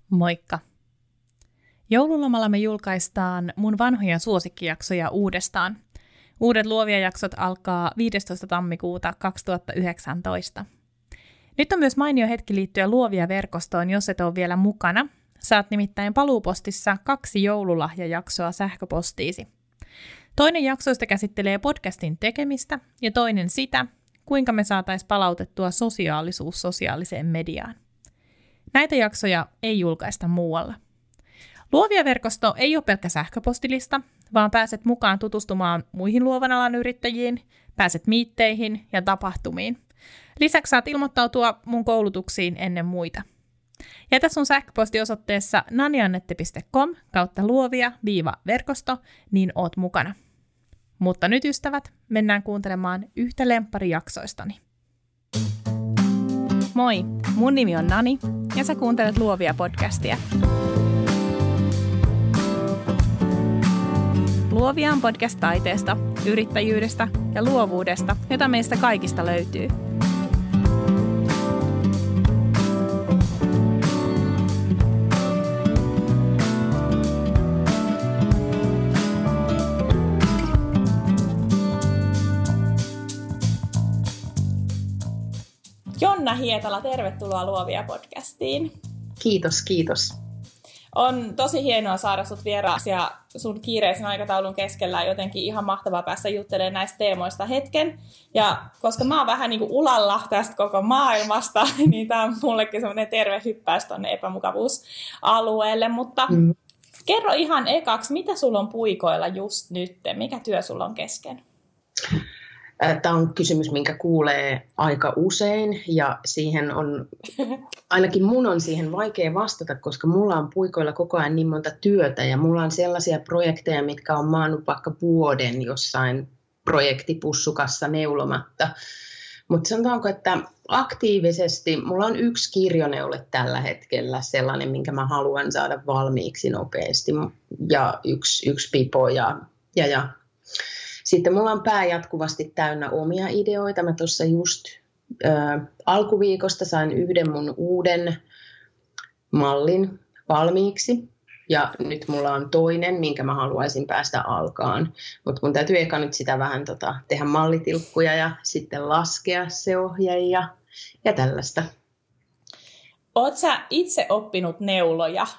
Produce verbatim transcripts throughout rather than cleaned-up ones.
Moikka! Joululomalla me julkaistaan mun vanhoja suosikkijaksoja uudestaan. Uudet Luovia jaksot alkaa viidestoista tammikuuta kaksituhattayhdeksäntoista. Nyt on myös mainio hetki liittyä Luovia-verkostoon, jos et ole vielä mukana. Saat nimittäin paluupostissa kaksi joululahjajaksoa sähköpostiisi. Toinen jaksoista käsittelee podcastin tekemistä ja toinen sitä, kuinka me saataisiin palautettua sosiaalisuus sosiaaliseen mediaan. Näitä jaksoja ei julkaista muualla. Luovia-verkosto ei ole pelkkä sähköpostilista, vaan pääset mukaan tutustumaan muihin luovan alan yrittäjiin, pääset miitteihin ja tapahtumiin. Lisäksi saat ilmoittautua mun koulutuksiin ennen muita. Jätä sun sähköpostiosoitteessa naniannette piste com kautta luovia-verkosto, niin oot mukana. Mutta nyt ystävät, mennään kuuntelemaan yhtä lempparijaksoistani. Moi, mun nimi on Nani ja sä kuuntelet Luovia-podcastia. Luovia on podcast taiteesta, yrittäjyydestä ja luovuudesta, jota meistä kaikista löytyy. Jonna Hietala, tervetuloa Luovia-podcastiin. Kiitos, kiitos. On tosi hienoa saada sut vieraaksi ja sun kiireisen aikataulun keskellä jotenkin ihan mahtavaa päästä juttelemaan näistä teemoista hetken. Ja koska mä oon vähän niin kuin ulalla tästä koko maailmasta, niin tää on mullekin semmoinen terve hyppäys tonne epämukavuusalueelle. Mutta mm. kerro ihan ekaksi, mitä sulla on puikoilla just nyt? Mikä työ sulla on kesken? Tämä on kysymys, minkä kuulee aika usein ja siihen on, ainakin mun on siihen vaikea vastata, koska mulla on puikoilla koko ajan niin monta työtä ja mulla on sellaisia projekteja, mitkä on maannut vaikka vuoden jossain projektipussukassa neulomatta. Mutta sanotaanko, että aktiivisesti mulla on yksi kirjoneule tällä hetkellä, sellainen, minkä mä haluan saada valmiiksi nopeasti ja yksi, yksi pipo ja, ja, ja sitten mulla on pää jatkuvasti täynnä omia ideoita. Mä tuossa just ö, alkuviikosta sain yhden mun uuden mallin valmiiksi. Ja nyt mulla on toinen, minkä mä haluaisin päästä alkaan. Mutta mun täytyy eka nyt sitä vähän tota, tehdä mallitilkkuja ja sitten laskea se ohje ja, ja tällaista. Oot sä itse oppinut neuloja?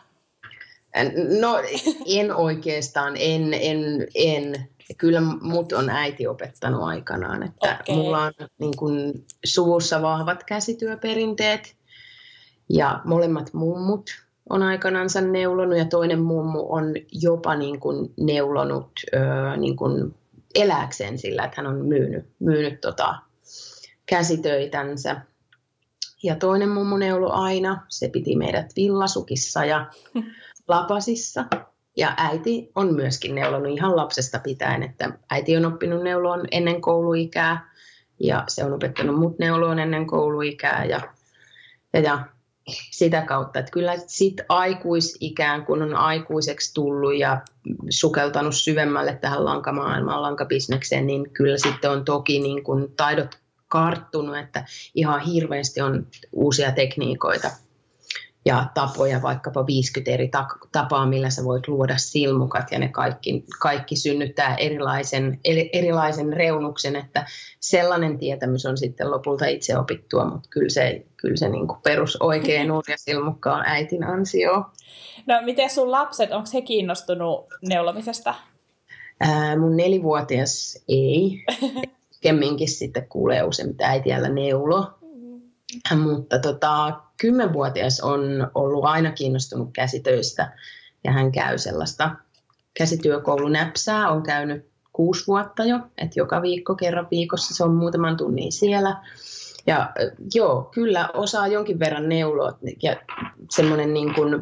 No en oikeastaan, en, en, en. Kyllä mut on äiti opettanut aikanaan, että okay. Mulla on niin kun suvussa vahvat käsityöperinteet ja molemmat mummut on aikanansa neulonut ja toinen mummu on jopa niin kun neulonut ö, niin kun elääkseen sillä, että hän on myynyt, myynyt tota käsitöitänsä. Ja toinen mummu neuloi aina, se piti meidät villasukissa ja lapasissa. Ja äiti on myöskin neulonut ihan lapsesta pitäen, että äiti on oppinut neuloon ennen kouluikää ja se on opettanut mut neuloon ennen kouluikää ja, ja, ja sitä kautta, että kyllä sit aikuisikään, kun on aikuiseksi tullut ja sukeltanut syvemmälle tähän lankamaailmaan, lankabisnekseen, niin kyllä sitten on toki niin kun taidot karttunut, että ihan hirveästi on uusia tekniikoita. Ja tapoja, vaikkapa viisikymmentä eri tapaa, millä sä voit luoda silmukat ja ne kaikki, kaikki synnyttää erilaisen, erilaisen reunuksen, että sellainen tietämys on sitten lopulta itse opittua, mutta kyllä se, kyllä se niin kuin perus oikea nurjasilmukka on äitin ansio. No miten sun lapset, onko he kiinnostunut neulomisesta? Ää, mun nelivuotias ei, kemminkin sitten kuulee usein, mitä äiti älä neulo. Mutta tota, kymmenvuotias on ollut aina kiinnostunut käsitöistä ja hän käy sellaista käsityökoulunäpsää, on käynyt kuusi vuotta jo, että joka viikko kerran viikossa se on muutaman tunnin siellä. Ja joo, kyllä osaa jonkin verran neuloa ja semmoinen niin kuin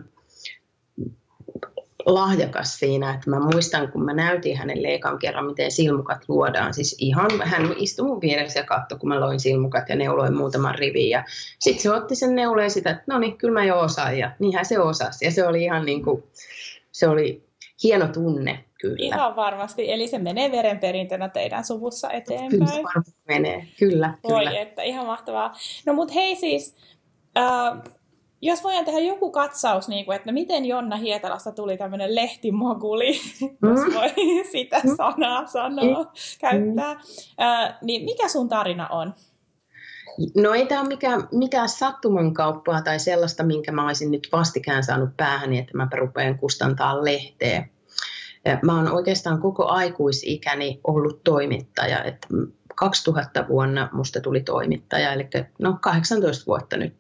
lahjakas siinä, että mä muistan, kun mä näytin hänelle ekan kerran, miten silmukat luodaan. Siis ihan, hän istui mun vieressä ja katsoi, kun mä loin silmukat ja neuloin muutaman rivin. Ja sitten se otti sen neuleen sitä, että no niin, kyllä mä jo osaan. Ja niinhän se osasi. Ja se oli ihan niin kuin, se oli hieno tunne, kyllä. Ihan varmasti. Eli se menee verenperintönä teidän suvussa eteenpäin. Kyllä se varmasti menee, kyllä. Voi kyllä. että, ihan mahtavaa. No mut hei siis, äh, jos voidaan tehdä joku katsaus, niin kuin, että miten Jonna Hietalasta tuli tämmöinen lehtimoguli, mm. jos voi sitä sanaa sanoa, mm. käyttää, äh, niin mikä sun tarina on? No ei tämä ole mikään, mitään sattumankauppaa tai sellaista, minkä mä olisin nyt vastikään saanut päähäni, että mä rupean kustantaa lehteä. Mä oon oikeastaan koko aikuisikäni ollut toimittaja, että kaksituhatta vuonna musta tuli toimittaja, eli no kahdeksantoista vuotta nyt,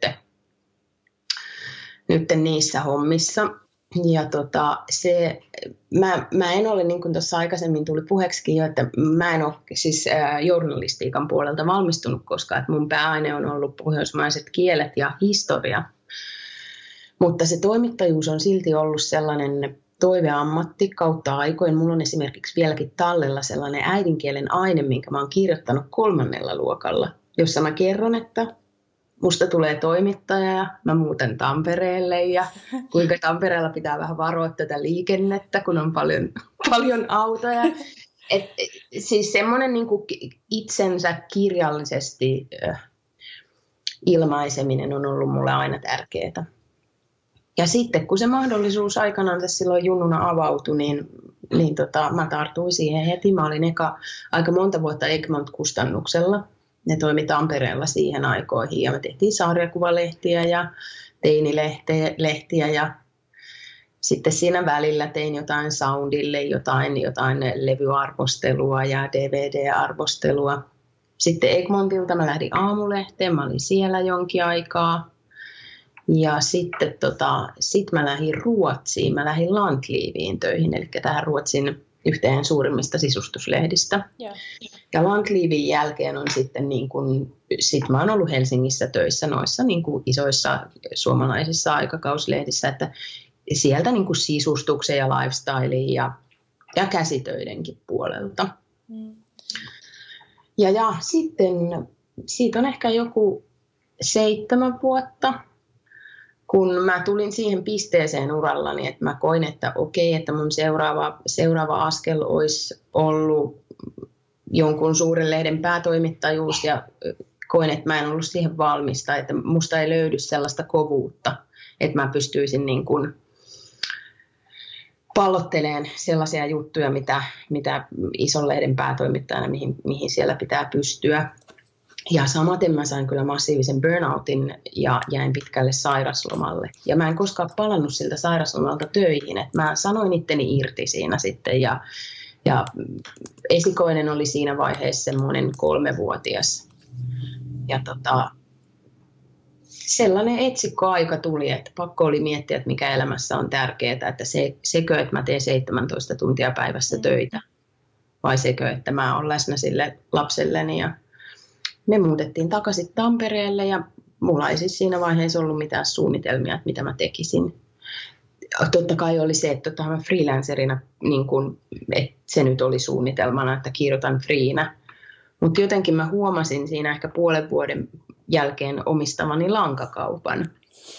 nyt niissä hommissa. Ja tota, se, mä, mä en ole, niin kuin tuossa aikaisemmin tuli puheeksikin jo, että mä en ole siis ää, journalistiikan puolelta valmistunut koskaan, että mun pääaine on ollut pohjoismaiset kielet ja historia. Mutta se toimittajuus on silti ollut sellainen toiveammatti kautta aikoin. Mulla on esimerkiksi vieläkin tallella sellainen äidinkielen aine, minkä mä oon kirjoittanut kolmannella luokalla, jossa mä kerron, että musta tulee toimittaja ja mä muutan Tampereelle ja kuinka Tampereella pitää vähän varoa tätä liikennettä, kun on paljon, paljon autoja. Et, siis semmoinen niin kuin itsensä kirjallisesti äh, ilmaiseminen on ollut mulle aina tärkeää. Ja sitten kun se mahdollisuus aikanaan tässä silloin junnuna avautui, niin, niin tota, mä tartuin siihen heti. Mä olin eka aika monta vuotta Egmont-kustannuksella. Ne toimi Tampereella siihen aikoihin ja me tehtiin sarjakuvalehtiä ja teinilehtiä ja sitten siinä välillä tein jotain soundille, jotain, jotain levyarvostelua ja D V D-arvostelua. Sitten Egmontilta mä lähdin Aamulehteen, mä olin siellä jonkin aikaa. Ja sitten tota, sit mä lähdin Ruotsiin, mä lähdin Landliviin töihin, eli tähän Ruotsin yhteen suurimmista sisustuslehdistä. Yeah. Ja Landlivin jälkeen on sitten niin kuin, sit mä oon ollut Helsingissä töissä noissa niin kuin isoissa suomalaisissa aikakauslehdissä, että sieltä niin kuin sisustuksen ja lifestylein ja, ja käsitöidenkin puolelta. Mm. Ja, ja sitten siitä on ehkä joku seitsemän vuotta, kun mä tulin siihen pisteeseen urallani, että mä koin, että okei, että mun seuraava, seuraava askel olisi ollut jonkun suuren lehden päätoimittajuus ja koin, että mä en ollut siihen valmista, että musta ei löydy sellaista kovuutta, että mä pystyisin niin kuin pallotteleen sellaisia juttuja, mitä, mitä ison lehden päätoimittajana, mihin, mihin siellä pitää pystyä. Ja samaten mä sain kyllä massiivisen burnoutin ja jäin pitkälle sairaslomalle. Ja mä en koskaan palannut siltä sairaslomalta töihin. Et mä sanoin itteni irti siinä sitten ja, ja esikoinen oli siinä vaiheessa semmoinen kolmevuotias. Ja tota, sellainen etsikkoaika tuli, että pakko oli miettiä, että mikä elämässä on tärkeää. Että se, sekö, että mä teen seitsemäntoista tuntia päivässä töitä vai sekö, että mä oon läsnä sille lapselleni ja me muutettiin takaisin Tampereelle ja mulla ei siis siinä vaiheessa ollut mitään suunnitelmia, että mitä mä tekisin. Totta kai oli se, että tota, mä freelancerina, niin kun, että se nyt oli suunnitelmana, että kirjoitan freena. Mutta jotenkin mä huomasin siinä ehkä puolen vuoden jälkeen omistamani lankakaupan.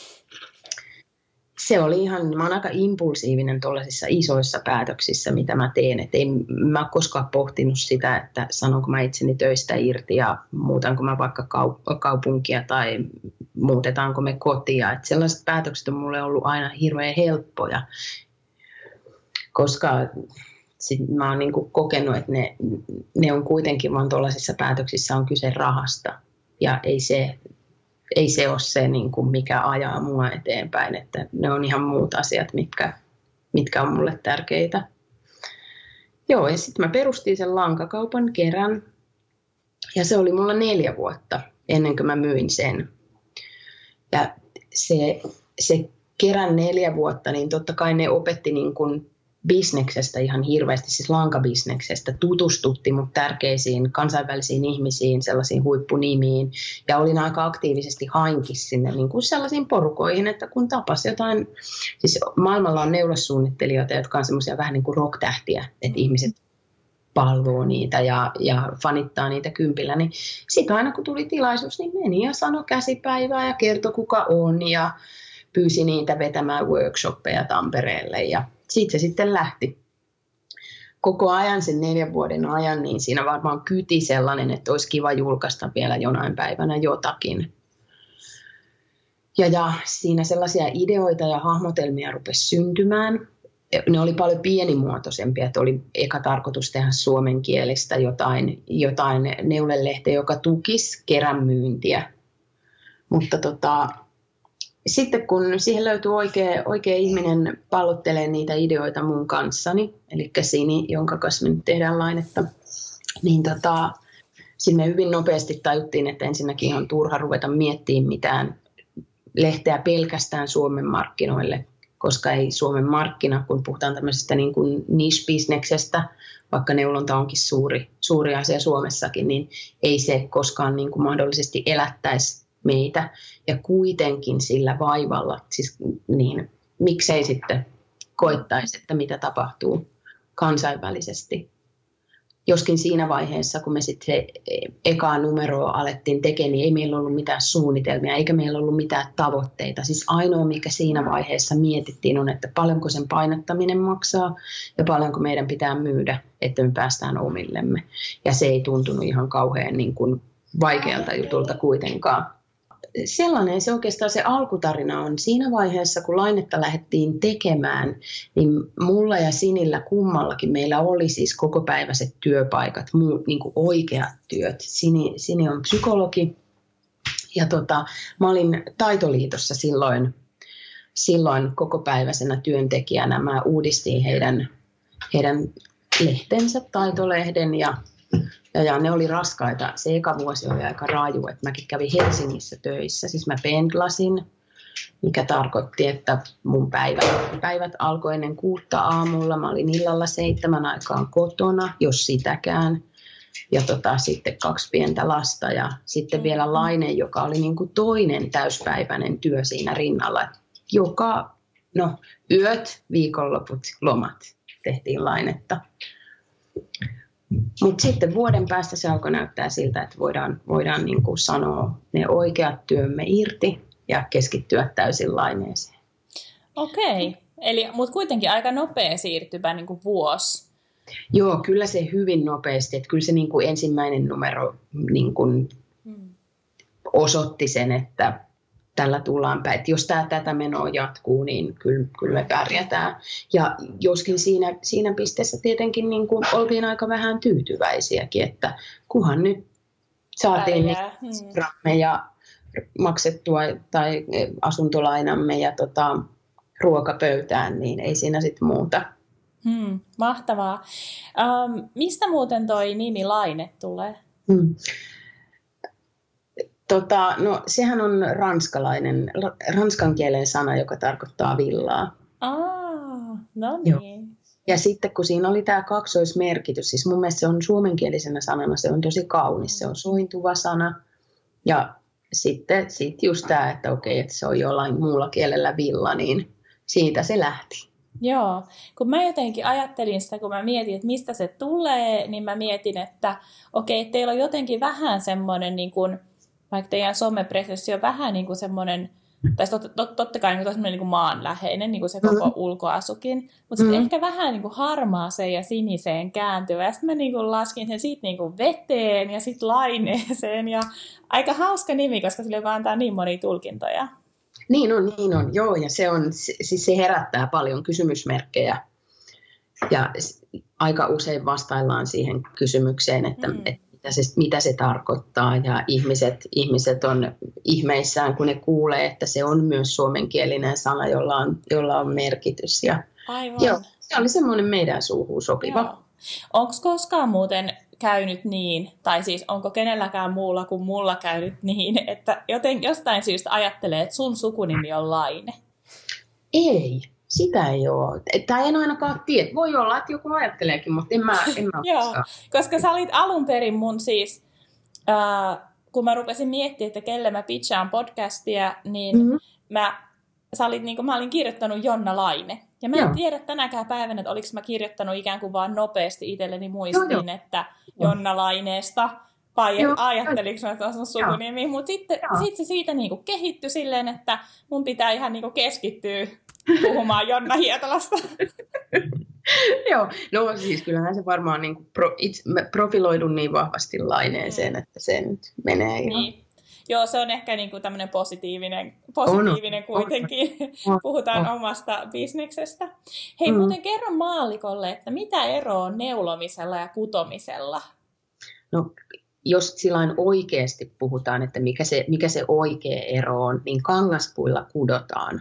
Se oli ihan, mä oon aika impulsiivinen tuollaisissa isoissa päätöksissä, mitä mä teen. Et ei mä ole koskaan pohtinut sitä, että sanonko mä itseni töistä irti ja muutanko mä vaikka kaup- kaupunkia tai muutetaanko me kotia. Et sellaiset päätökset on mulle ollut aina hirveän helppoja, koska sit mä oon niinku kokenut, että ne, ne on kuitenkin vaan tuollaisissa päätöksissä on kyse rahasta ja ei se... Ei se ole se, niin kuin mikä ajaa mua eteenpäin, että ne on ihan muut asiat, mitkä, mitkä on mulle tärkeitä. Joo, ja sitten mä perustin sen lankakaupan kerran, ja se oli mulla neljä vuotta ennen kuin mä myin sen. Ja se, se kerran neljä vuotta, niin totta kai ne opetti niin kuin bisneksestä ihan hirveästi, siis lankabisneksestä, tutustutti mut tärkeisiin kansainvälisiin ihmisiin, sellaisiin huippunimiin, ja olin aika aktiivisesti hainkin sinne niin kuin sellaisiin porukoihin, että kun tapas jotain, siis maailmalla on neulassuunnittelijoita, jotka on semmoisia vähän niin kuin rock-tähtiä, että ihmiset palvoo niitä ja, ja fanittaa niitä kympillä, niin sitten aina kun tuli tilaisuus, niin meni ja sanoi käsipäivää ja kertoi kuka on, ja pyysi niitä vetämään workshoppeja Tampereelle, ja siitä se sitten lähti. Koko ajan, sen neljän vuoden ajan, niin siinä varmaan kyti sellainen, että olisi kiva julkaista vielä jonain päivänä jotakin. Ja, ja siinä sellaisia ideoita ja hahmotelmia rupesi syntymään. Ne oli paljon pienimuotoisempia, että oli eka tarkoitus tehdä suomenkielistä jotain, jotain neulelehteä, joka tukisi keränmyyntiä. Mutta tota, sitten kun siihen löytyi oikea, oikea ihminen pallottelee niitä ideoita mun kanssani, eli Sini, jonka kanssa me nyt tehdään lainetta, niin tota, sitten me hyvin nopeasti tajuttiin, että ensinnäkin on turha ruveta miettimään mitään lehteä pelkästään Suomen markkinoille, koska ei Suomen markkina, kun puhutaan tämmöisestä niin kuin niche-bisneksestä, vaikka neulonta onkin suuri, suuri asia Suomessakin, niin ei se koskaan niin kuin mahdollisesti elättäisi meitä. Ja kuitenkin sillä vaivalla, siis niin miksei sitten koittaisi, että mitä tapahtuu kansainvälisesti. Joskin siinä vaiheessa, kun me sitten ekaa numeroa alettiin tekemään, niin ei meillä ollut mitään suunnitelmia, eikä meillä ollut mitään tavoitteita. Siis ainoa, mikä siinä vaiheessa mietittiin, on, että paljonko sen painottaminen maksaa ja paljonko meidän pitää myydä, että me päästään omillemme. Ja se ei tuntunut ihan kauhean niin kuin vaikealta jutulta kuitenkaan. Sellainen se oikeastaan se alkutarina on. Siinä vaiheessa, kun lainetta lähdettiin tekemään, niin mulla ja Sinillä kummallakin meillä oli siis kokopäiväiset työpaikat, muu, niin kuin oikeat työt. Sini, Sini on psykologi ja tota, mä olin Taitoliitossa silloin, silloin kokopäiväisenä työntekijänä. Mä uudistin heidän, heidän lehtensä, Taitolehden ja Ja, ja ne oli raskaita. Se eka vuosi oli aika raju, että mäkin kävin Helsingissä töissä. Siis mä pendlasin, mikä tarkoitti, että mun päivät, päivät alkoi ennen kuutta aamulla. Mä olin illalla seitsemän aikaan kotona, jos sitäkään. Ja tota, sitten kaksi pientä lasta ja sitten vielä Laine, joka oli niin kuin toinen täyspäiväinen työ siinä rinnalla. Joka, no yöt, viikonloput, lomat tehtiin Lainetta. Mutta sitten vuoden päästä se alkoi näyttää siltä, että voidaan, voidaan niin kuin sanoa ne oikeat työmme irti ja keskittyä täysin Laineeseen. Okei, eli mutta kuitenkin aika nopea siirtymä niin kuin vuosi. Joo, kyllä se hyvin nopeasti. Että kyllä se niin kuin ensimmäinen numero niin kuin hmm. osoitti sen, että tällä tullaan päin. Että jos tämä tätä menoa jatkuu, niin kyllä, kyllä me pärjätään. Ja joskin siinä, siinä pisteessä tietenkin niin kuin oltiin aika vähän tyytyväisiäkin, että kunhan nyt saatiin hmm. ja maksettua tai asuntolainamme ja tota, ruokapöytään, niin ei siinä sitten muuta. Hmm, mahtavaa. Um, mistä muuten toi nimi Laine tulee? Hmm. Tota, no, sehän on ranskalainen, ranskan kielen sana, joka tarkoittaa villaa. Ah, no niin. Joo. Ja sitten kun siinä oli tämä kaksoismerkitys, siis mun mielestä se on suomenkielisenä sanana, se on tosi kaunis, se on sointuva sana. Ja sitten sit just tämä, että okei, että se on jollain muulla kielellä villa, niin siitä se lähti. Joo, kun mä jotenkin ajattelin sitä, kun mä mietin, että mistä se tulee, niin mä mietin, että okei, teillä on jotenkin vähän semmoinen niin kuin vaikka teidän somepresenssi on vähän niin kuin semmoinen, tai tot, tot, totta kai niin kuin niin kuin maanläheinen, niin kuin se koko mm. ulkoasukin, mutta sitten mm. ehkä vähän niin kuin harmaaseen ja siniseen kääntyvä. Ja sitten mä niin kuin laskin sen siitä niin kuin veteen ja sitten Laineeseen. Ja aika hauska nimi, koska sille vaan antaa niin monia tulkintoja. Niin on, niin on. Joo, ja se, on, siis se herättää paljon kysymysmerkkejä. Ja aika usein vastaillaan siihen kysymykseen, että mm. et, Mitä se, mitä se tarkoittaa, ja ihmiset, ihmiset on ihmeissään, kun ne kuulee, että se on myös suomenkielinen sana, jolla on, jolla on merkitys. Ja, Aivan. Joo, se oli semmoinen meidän suuhun sopiva. Onko koskaan muuten käynyt niin, tai siis onko kenelläkään muulla kuin mulla käynyt niin, että joten, jostain syystä ajattelee, että sun sukunimi on Laine? Ei. Sitä ei ole. Tai en ainakaan tiedä. Voi olla, että joku ajatteleekin, mutta en mä, en mä Joo, koska sä olit alun perin mun siis, äh, kun mä rupesin miettimään, että kelle mä pitchaan podcastia, niin mm-hmm. mä, sä olit, niin kuin, mä olin kirjoittanut Jonna Laine. Ja mä en Joo. tiedä tänäkään päivänä, että oliko mä kirjoittanut ikään kuin vaan nopeasti itselleni muistiin, Joo, että Jonna Laineesta. Vai ajatteliko mä, että on sun sukunimi. Mutta sitten sit se siitä niin kuin kehittyi silleen, että mun pitää ihan niin kuin keskittyä puhumaan Jonna Hietalasta. Joo, no siis kyllähän se varmaan niin kuin pro, itse, profiloidun niin vahvasti Laineeseen, että se nyt menee ihan. Niin. Joo, se on ehkä niin kuin tämmöinen positiivinen, positiivinen on, kuitenkin. On, Puhutaan on. omasta bisneksestä. Hei, mm. muuten kerro maallikolle, että mitä eroa on neulomisella ja kutomisella? No, jos sillain oikeasti puhutaan, että mikä se, mikä se oikea ero on, niin kangaspuilla kudotaan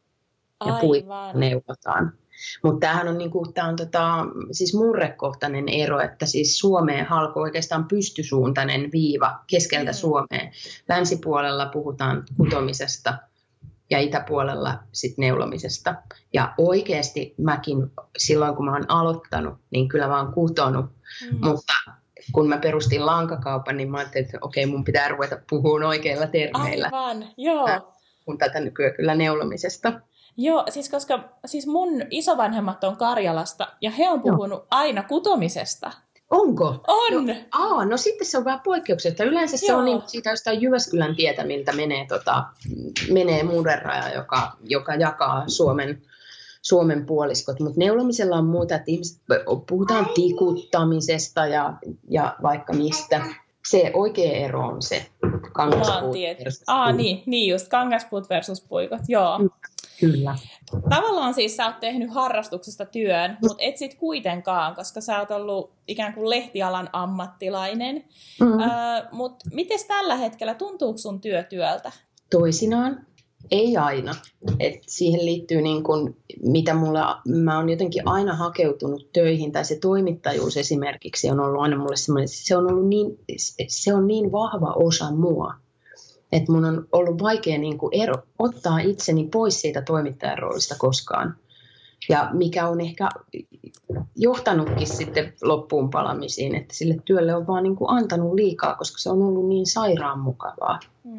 ja puilla neulotaan. Mutta tämähän on, niinku, tää on tota, siis murrekohtainen ero, että siis Suomeen halkoo oikeastaan pystysuuntainen viiva keskeltä mm. Suomeen. Länsipuolella puhutaan kutomisesta ja itäpuolella sit neulomisesta. Ja oikeasti mäkin silloin, kun mä oon aloittanut, niin kyllä mä oon kutonut, mm. mutta kun mä perustin lankakaupan, niin mä ajattelin, että okei, mun pitää ruveta puhumaan oikeilla termeillä. Aivan, joo. Kun tätä nykyään kyllä neulomisesta. Joo, siis koska siis mun isovanhemmat on Karjalasta ja he on puhunut Joo. aina kutomisesta. Onko? On! No, aa, no sitten se on vähän poikkeuksia, että yleensä Joo. se on niin, siitä jostain Jyväskylän tietä, miltä menee, tota, menee murreraja, joka, joka jakaa Suomen, Suomen puoliskot. Mutta neulomisella on muuta, että ihmiset puhutaan tikuttamisesta ja, ja vaikka mistä. Se oikea ero on se kangaspuut versus Aa, niin, niin just, kangaspuut versus puikot, joo. Kyllä. Tavallaan siis sä oot tehnyt harrastuksesta työn, mutta et sit kuitenkaan, koska sä oot ollut ikään kuin lehtialan ammattilainen. Mm-hmm. Öö, mutta mites tällä hetkellä, tuntuuko sun työ työltä? Toisinaan. Ei aina. Et siihen liittyy, niin kun, mitä mulla, mä oon jotenkin aina hakeutunut töihin, tai se toimittajuus esimerkiksi on ollut aina mulle semmoinen, se on ollut niin, se on niin vahva osa mua, että mun on ollut vaikea niin kun ero, ottaa itseni pois siitä toimittajan roolista koskaan. Ja mikä on ehkä johtanutkin sitten loppuun palamisiin, että sille työlle on vaan niin kun antanut liikaa, koska se on ollut niin sairaan mukavaa. Mm.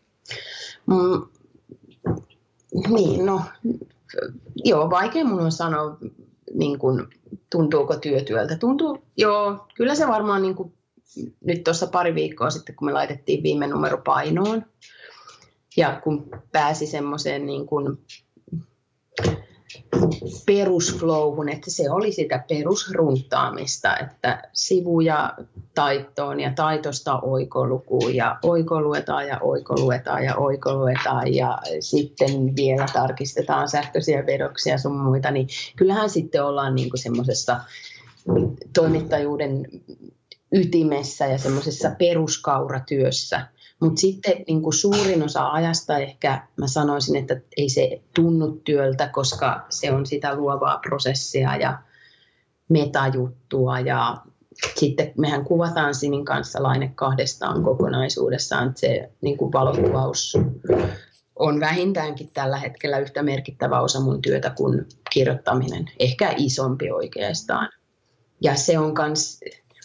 Mm. Niin, no, joo, vaikea mun on sanoa, niin kuin, tuntuuko työ työltä. Tuntuu, joo, kyllä se varmaan niin kuin, nyt tuossa pari viikkoa sitten, kun me laitettiin viime numero painoon, ja kun pääsi semmoiseen niin kuin perusflowhun, että se oli sitä perusruntaamista, että sivuja taittoon ja taitosta oikolukuun ja oikoluetaan ja oikoluetaan ja oikoluetaan ja sitten vielä tarkistetaan sähköisiä vedoksia sun muita, niin kyllähän sitten ollaan niinku semmoisessa toimittajuuden ytimessä ja semmoisessa peruskauratyössä. Mutta sitten niin kuin suurin osa ajasta ehkä mä sanoisin, että ei se tunnu työltä, koska se on sitä luovaa prosessia ja metajuttua. Ja sitten mehän kuvataan Sinin kanssa Laine kahdestaan kokonaisuudessaan, että se niin kuin valokuvaus on vähintäänkin tällä hetkellä yhtä merkittävä osa mun työtä kuin kirjoittaminen, ehkä isompi oikeastaan. Ja se on myös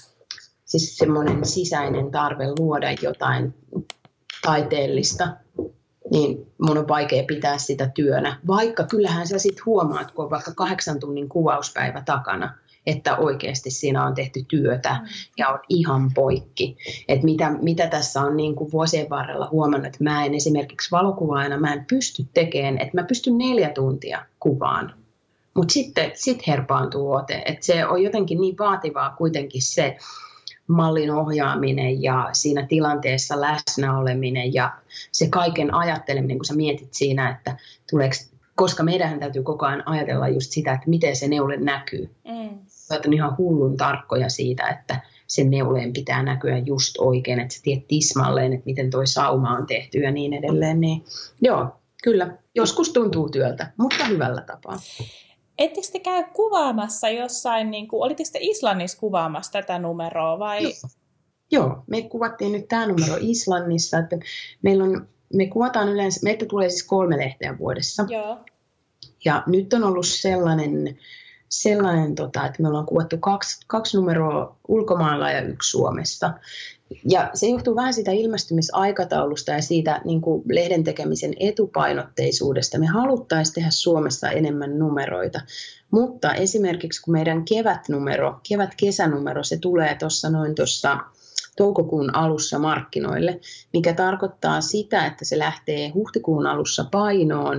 siis semmoinen sisäinen tarve luoda jotain taiteellista, niin mun on vaikea pitää sitä työnä. Vaikka kyllähän sä sit huomaat, kun on vaikka kahdeksan tunnin kuvauspäivä takana, että oikeasti siinä on tehty työtä mm. ja on ihan poikki. Et mitä, mitä tässä on niin kuin vuosien varrella huomannut, että mä en esimerkiksi valokuvaajana, mä en pysty tekemään, että mä pystyn neljä tuntia kuvaan. Mutta sitten sit herpaantuu ote. Et se on jotenkin niin vaativaa kuitenkin se mallin ohjaaminen ja siinä tilanteessa läsnä oleminen ja se kaiken ajatteleminen, kun sä mietit siinä, että tuleeko, koska meidän täytyy koko ajan ajatella just sitä, että miten se neule näkyy. Mm. Sä on ihan hullun tarkkoja siitä, että sen neuleen pitää näkyä just oikein, että sä tiedät tismalleen, että miten toi sauma on tehty ja niin edelleen. Niin, joo, kyllä, joskus tuntuu työltä, mutta hyvällä tapaa. Ettekö te käy kuvaamassa jossain, niin kuin, olitteko te Islannissa kuvaamassa tätä numeroa vai? Joo, Joo me kuvattiin nyt tämä numero Islannissa, että meillä on, me kuvataan yleensä, meiltä tulee siis kolme lehteä vuodessa. Joo. Ja nyt on ollut sellainen, sellainen tota, että me ollaan kuvattu kaksi, kaksi numeroa ulkomailla ja yksi Suomessa. Ja se johtuu vähän siitä ilmestymisaikataulusta ja siitä niin kuin lehden tekemisen etupainotteisuudesta. Me haluttaisiin tehdä Suomessa enemmän numeroita, mutta esimerkiksi kun meidän kevätnumero, kevät-kesänumero, se tulee tuossa noin tuossa toukokuun alussa markkinoille, mikä tarkoittaa sitä, että se lähtee huhtikuun alussa painoon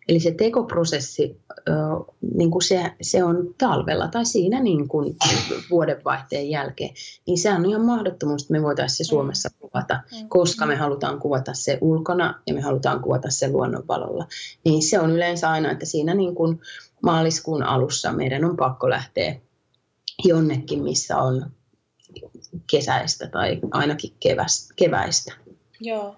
Eli se tekoprosessi, niin kuin se, se on talvella tai siinä niin kuin vuodenvaihteen jälkeen, niin se on ihan mahdottomuus, että me voitaisiin se Suomessa kuvata, koska me halutaan kuvata se ulkona ja me halutaan kuvata se luonnonvalolla. Niin se on yleensä aina, että siinä niin kuin maaliskuun alussa meidän on pakko lähteä jonnekin, missä on kesäistä tai ainakin kevästä, keväistä. Joo.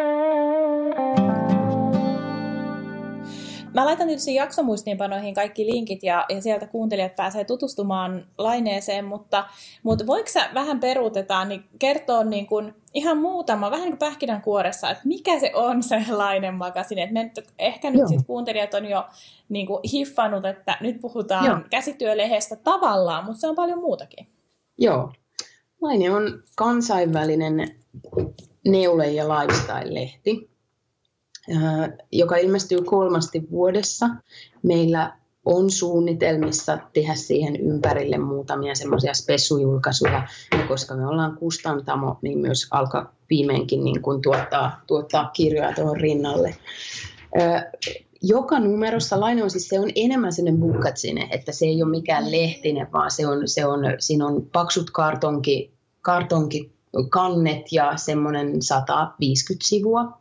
Mä laitan tietysti jaksomuistiinpanoihin kaikki linkit ja, ja sieltä kuuntelijat pääsee tutustumaan Laineeseen, mutta, mutta voiko sä vähän peruutetaan, niin kertoo niin kuin ihan muutama, vähän niin kuin pähkinänkuoressa, että mikä se on se Laine Magazine. Että me, ehkä nyt sit kuuntelijat on jo niin kuin hiffannut, että nyt puhutaan Joo. käsityölehdestä tavallaan, mutta se on paljon muutakin. Joo. Laine on kansainvälinen neule- ja lifestyle-lehti, joka ilmestyy kolmasti vuodessa. Meillä on suunnitelmissa tehdä siihen ympärille muutamia semmoisia spessujulkaisuja, ja koska me ollaan kustantamo, niin myös alkaa viimeinkin niin kuin tuottaa, tuottaa kirjoja tuohon rinnalle. Joka numerossa Laine on siis, se on enemmän sellainen bukkatine, että se ei ole mikään lehtinen, vaan se on, se on, siinä on paksut kartonki, kartonkikannet ja semmoinen sata viisikymmentä sivua.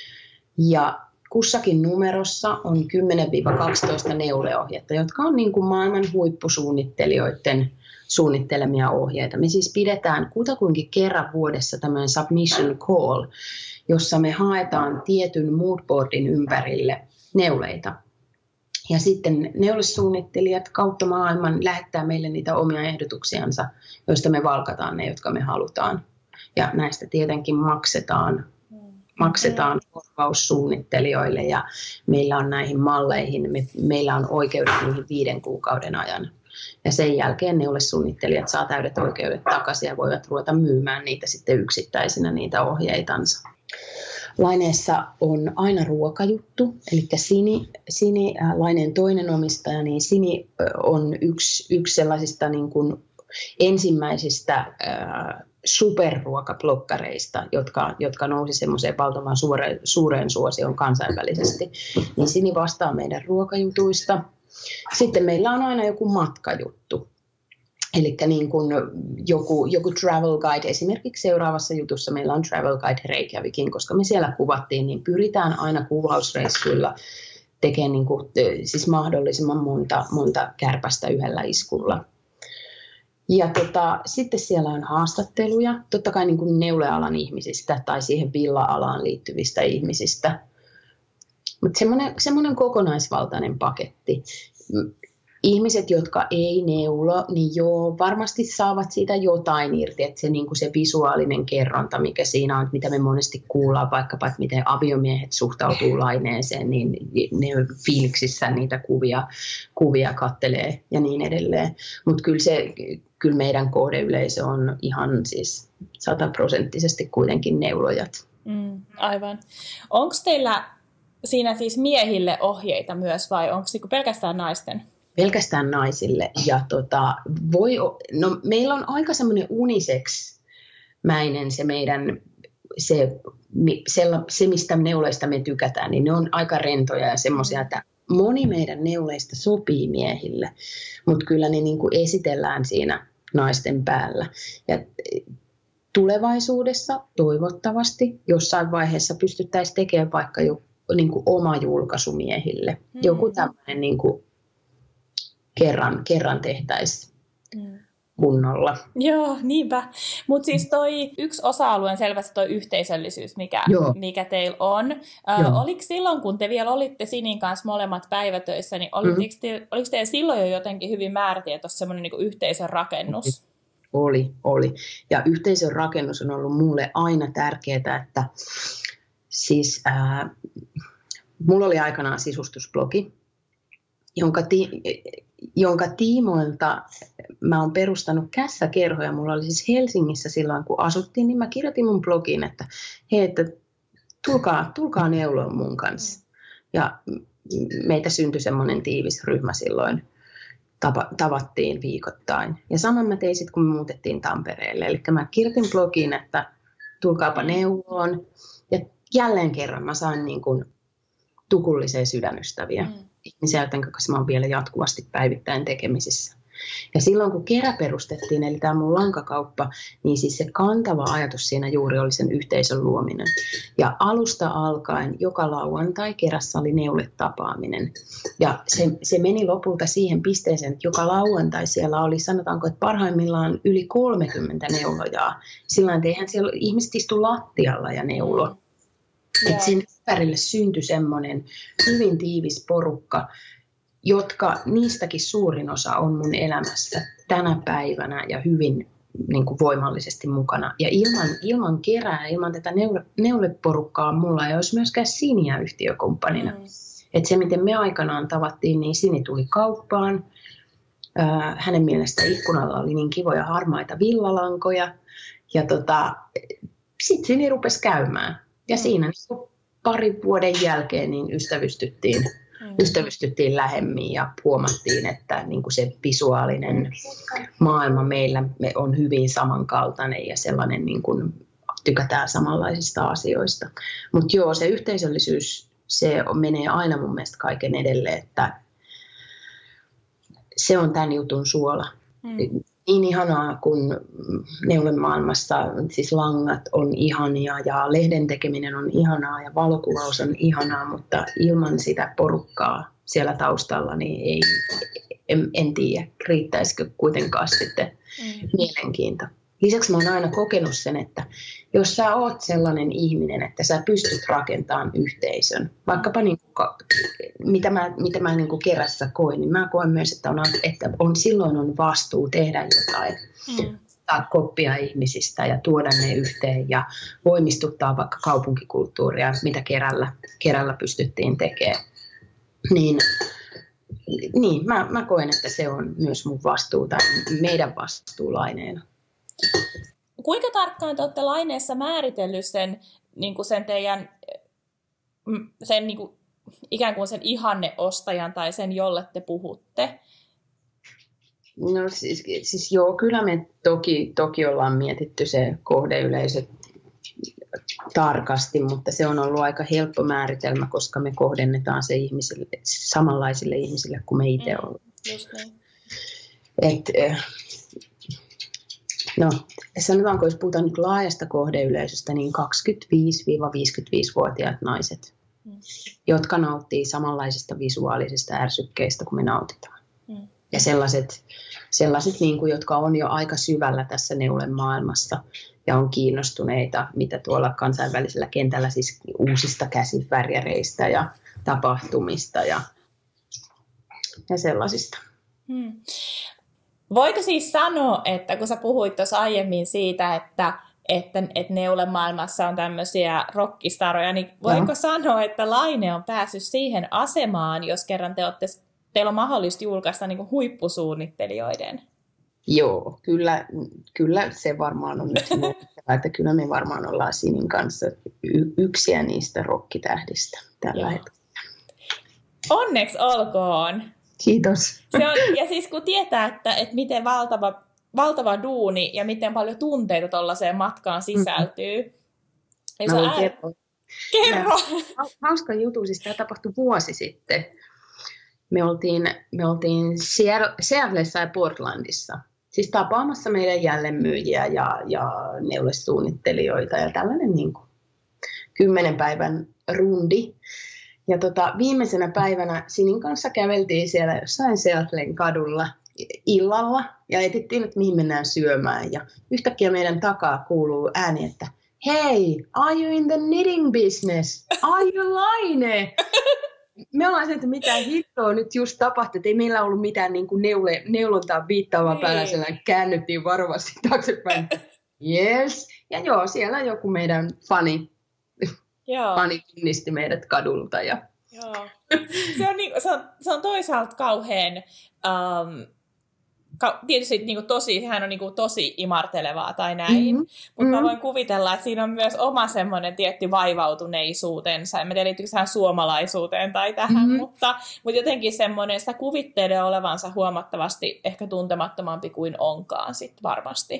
Ja kussakin numerossa on kymmenen kaksitoista neuleohjetta, jotka on niin kuin maailman huippusuunnittelijoiden suunnittelemia ohjeita. Me siis pidetään kutakuinkin kerran vuodessa tämmöinen submission call, jossa me haetaan tietyn moodboardin ympärille neuleita. Ja sitten neulesuunnittelijat kautta maailman lähettää meille niitä omia ehdotuksiansa, joista me valkataan ne, jotka me halutaan. Ja näistä tietenkin maksetaan. Maksetaan korvaussuunnittelijoille ja meillä on näihin malleihin, me, meillä on oikeudet niihin viiden kuukauden ajan. Ja sen jälkeen neulesuunnittelijat saa täydet oikeudet takaisin ja voivat ruveta myymään niitä sitten yksittäisinä niitä ohjeitansa. Laineessa on aina ruokajuttu, eli Sini, Sini Laineen toinen omistaja, niin Sini on yksi, yksi sellaisista niin kuin ensimmäisistä äh, superruokablokkareista, jotka, jotka nousi semmoiseen valtavan suureen, suureen suosioon kansainvälisesti. Niin Sini vastaa meidän ruokajutuista. Sitten meillä on aina joku matkajuttu. Eli niin kuin joku, joku travel guide, esimerkiksi seuraavassa jutussa meillä on travel guide Reykjavikin, koska me siellä kuvattiin, niin pyritään aina kuvausreissuilla tekemään niin kuin, siis mahdollisimman monta, monta kärpästä yhdellä iskulla. Ja tota, sitten siellä on haastatteluja, totta kai niin kuin neulealan ihmisistä tai siihen villa-alaan liittyvistä ihmisistä. Mutta semmoinen, semmoinen kokonaisvaltainen paketti. Ihmiset, jotka ei neulo, niin joo, varmasti saavat siitä jotain irti, että se, niin kuin se visuaalinen kerronta, mikä siinä on, mitä me monesti kuullaan, vaikkapa, että miten aviomiehet suhtautuu Laineeseen, niin ne fiiliksissä niitä kuvia, kuvia kattelee ja niin edelleen. Mutta kyllä, se, kyllä meidän kohdeyleisö on ihan siis sataprosenttisesti kuitenkin neulojat. Mm, aivan. Onko teillä siinä siis miehille ohjeita myös vai onko se pelkästään naisten? Pelkästään naisille. Ja tota, voi, no, meillä on aika semmoinen unisex-mäinen se meidän, se, se, se mistä neuleista me tykätään, niin ne on aika rentoja ja semmoisia, että moni meidän neuleista sopii miehille, mutta kyllä ne niin kuin esitellään siinä naisten päällä. Ja tulevaisuudessa toivottavasti jossain vaiheessa pystyttäisiin tekemään vaikka jo niin kuin oma julkaisu miehille. Joku tämmöinen niin kuin Kerran, kerran tehtäisiin mm. kunnolla. Joo, niinpä. Mutta siis toi yksi osa-alue on selvästi toi yhteisöllisyys, mikä, mikä teillä on. Ö, oliko silloin, kun te vielä olitte Sinin kanssa molemmat päivätöissä, niin oliko, mm. te, oliko teillä silloin jo jotenkin hyvin määritietoista semmoinen niinku yhteisön rakennus? Oli, oli. Ja yhteisön rakennus on ollut mulle aina tärkeää, että siis äh, mulla oli aikanaan sisustusblogi, jonka, ti- jonka tiimoilta mä oon perustanut kässäkerhoja. Mulla oli siis Helsingissä silloin, kun asuttiin, niin mä kirjoitin mun blogiin, että hei, että tulkaa, tulkaa neuloon mun kanssa. Ja meitä syntyi semmoinen tiivis ryhmä silloin, Tapa, tavattiin viikoittain. Ja saman mä tein sitten, kun me muutettiin Tampereelle. Eli mä kirjoitin blogiin, että tulkaapa neuloon. Ja jälleen kerran mä sain niin kuin tukullisia sydänystäviä. Mm. Ihmisiä, joiden kanssa mä oon vielä jatkuvasti päivittäin tekemisissä. Ja silloin kun Kerä perustettiin, eli tämä mun lankakauppa, niin siis se kantava ajatus siinä juuri oli sen yhteisön luominen. Ja alusta alkaen joka lauantai Kerässä oli neuletapaaminen. Ja se, se meni lopulta siihen pisteeseen, että joka lauantai siellä oli, sanotaanko, että parhaimmillaan yli kolmekymmentä neulojaa. Silloin eihän siellä ihmiset istu lattialla ja neulo. Mm. Että sen ympärille syntyi semmoinen hyvin tiivis porukka, jotka niistäkin suurin osa on mun elämässä tänä päivänä ja hyvin niin kuin voimallisesti mukana. Ja ilman, ilman Kerää, ilman tätä neule, neuleporukkaa mulla ei olisi myöskään Siniä yhtiökumppanina. Mm. Että se, miten me aikanaan tavattiin, niin Sini tuli kauppaan. Äh, hänen mielestä ikkunalla oli niin kivoja harmaita villalankoja. Ja tota, sitten Sini rupesi käymään. Ja mm. siinä niin parin vuoden jälkeen niin ystävystyttiin. Mm. Ystävystyttiin lähemmin ja huomattiin, että niin kuin se visuaalinen maailma meillä me on hyvin samankaltainen ja sellainen niin kuin tykätään samanlaisista asioista. Mutta joo, se yhteisöllisyys, se menee aina mun mielestä kaiken edelle, että se on tämän jutun suola. Mm. Niin ihanaa, kun neulemaailmassa siis langat on ihania ja lehden tekeminen on ihanaa ja valokuvaus on ihanaa, mutta ilman sitä porukkaa siellä taustalla niin ei, en, en tiedä, riittäisikö kuitenkaan sitten mm. mielenkiinto. Lisäksi mä oon aina kokenut sen, että jos sä oot sellainen ihminen, että sä pystyt rakentamaan yhteisön, vaikkapa niin kuin, mitä mä, mitä mä niin kuin Kerässä koin, niin mä koen myös, että, on, että on, silloin on vastuu tehdä jotain, mm. ottaa koppia ihmisistä ja tuoda ne yhteen ja voimistuttaa vaikka kaupunkikulttuuria, mitä Kerällä, Kerällä pystyttiin tekemään. Niin, niin mä, mä koen, että se on myös mun vastuu tai meidän vastuulaineena. Kuinka tarkkaan te olette Laineessa määritellyt sen, niin kuin sen teidän, sen, niin kuin, ikään kuin sen ihanneostajan tai sen, jolle te puhutte? No siis, siis joo, kyllä me toki, toki ollaan mietitty se kohdeyleisö tarkasti, mutta se on ollut aika helppo määritelmä, koska me kohdennetaan se ihmisille, samanlaisille ihmisille kuin me itse ollaan. Just niin. Et, no, sanotaanko, jos puhutaan nyt laajasta kohdeyleisöstä, niin kaksikymmentäviisi–viisikymmentäviisi-vuotiaat naiset, mm. jotka nauttii samanlaisista visuaalisista ärsykkeistä kuin me nautitaan. Mm. Ja sellaiset, sellaiset niin kuin, jotka on jo aika syvällä tässä neulen maailmassa ja on kiinnostuneita, mitä tuolla kansainvälisellä kentällä siis uusista käsivärjäreistä ja tapahtumista ja, ja sellaisista. Mm. Voiko siis sanoa, että kun sä puhuit tuossa aiemmin siitä, että, että, että neulemaailmassa on tämmöisiä rockistaroja, niin voiko no. sanoa, että Laine on päässyt siihen asemaan, jos kerran te olette, teillä on mahdollista julkaista niin kuin huippusuunnittelijoiden? Joo, kyllä, kyllä se varmaan on nyt muuttaa, että kyllä me varmaan ollaan Sinin kanssa y- yksiä niistä rockitähdistä tällä Joo. hetkellä. Onneksi olkoon! Kiitos. Se on, ja siis kun tietää, että, että miten valtava, valtava duuni ja miten paljon tunteita tuollaiseen matkaan sisältyy. Mm-hmm. Mä voin ää... kertoa. Kerro! Hauska juttu, siis tämä tapahtui vuosi sitten. Me oltiin, me oltiin Seattleissa ja Portlandissa. Siis tapaamassa meidän jälleenmyyjiä ja, ja neulesuunnittelijoita ja tällainen niin kuin kymmenen päivän rundi. Ja tota, viimeisenä päivänä Sinin kanssa käveltiin siellä jossain Seattlen kadulla illalla ja etittiin, että mihin mennään syömään. Ja yhtäkkiä meidän takaa kuuluu ääni, että hei, are you in the knitting business? Are you Laine? Me ollaan se, että mitä hittoa nyt just tapahtui, että ei meillä ollut mitään niin kuin neule, neulontaa viittaavaa päällä, siellä käännyttiin varovasti taaksepäin. Yes. Ja joo, siellä joku meidän fani. Joo. Fani tunnisti meidät kadulta. Ja... Joo. Se, on niin, se, on, se on toisaalta kauhean, um, ka, tietysti niin kuin tosi, sehän on niin kuin tosi imartelevaa tai näin, mm-hmm. mutta mm-hmm. mä voin kuvitella, että siinä on myös oma semmoinen tietty vaivautuneisuutensa. En tiedä, liittyykö sehän suomalaisuuteen tai tähän, mm-hmm. mutta, mutta jotenkin semmoinen, sitä kuvittelee olevansa huomattavasti ehkä tuntemattomampi kuin onkaan sitten varmasti.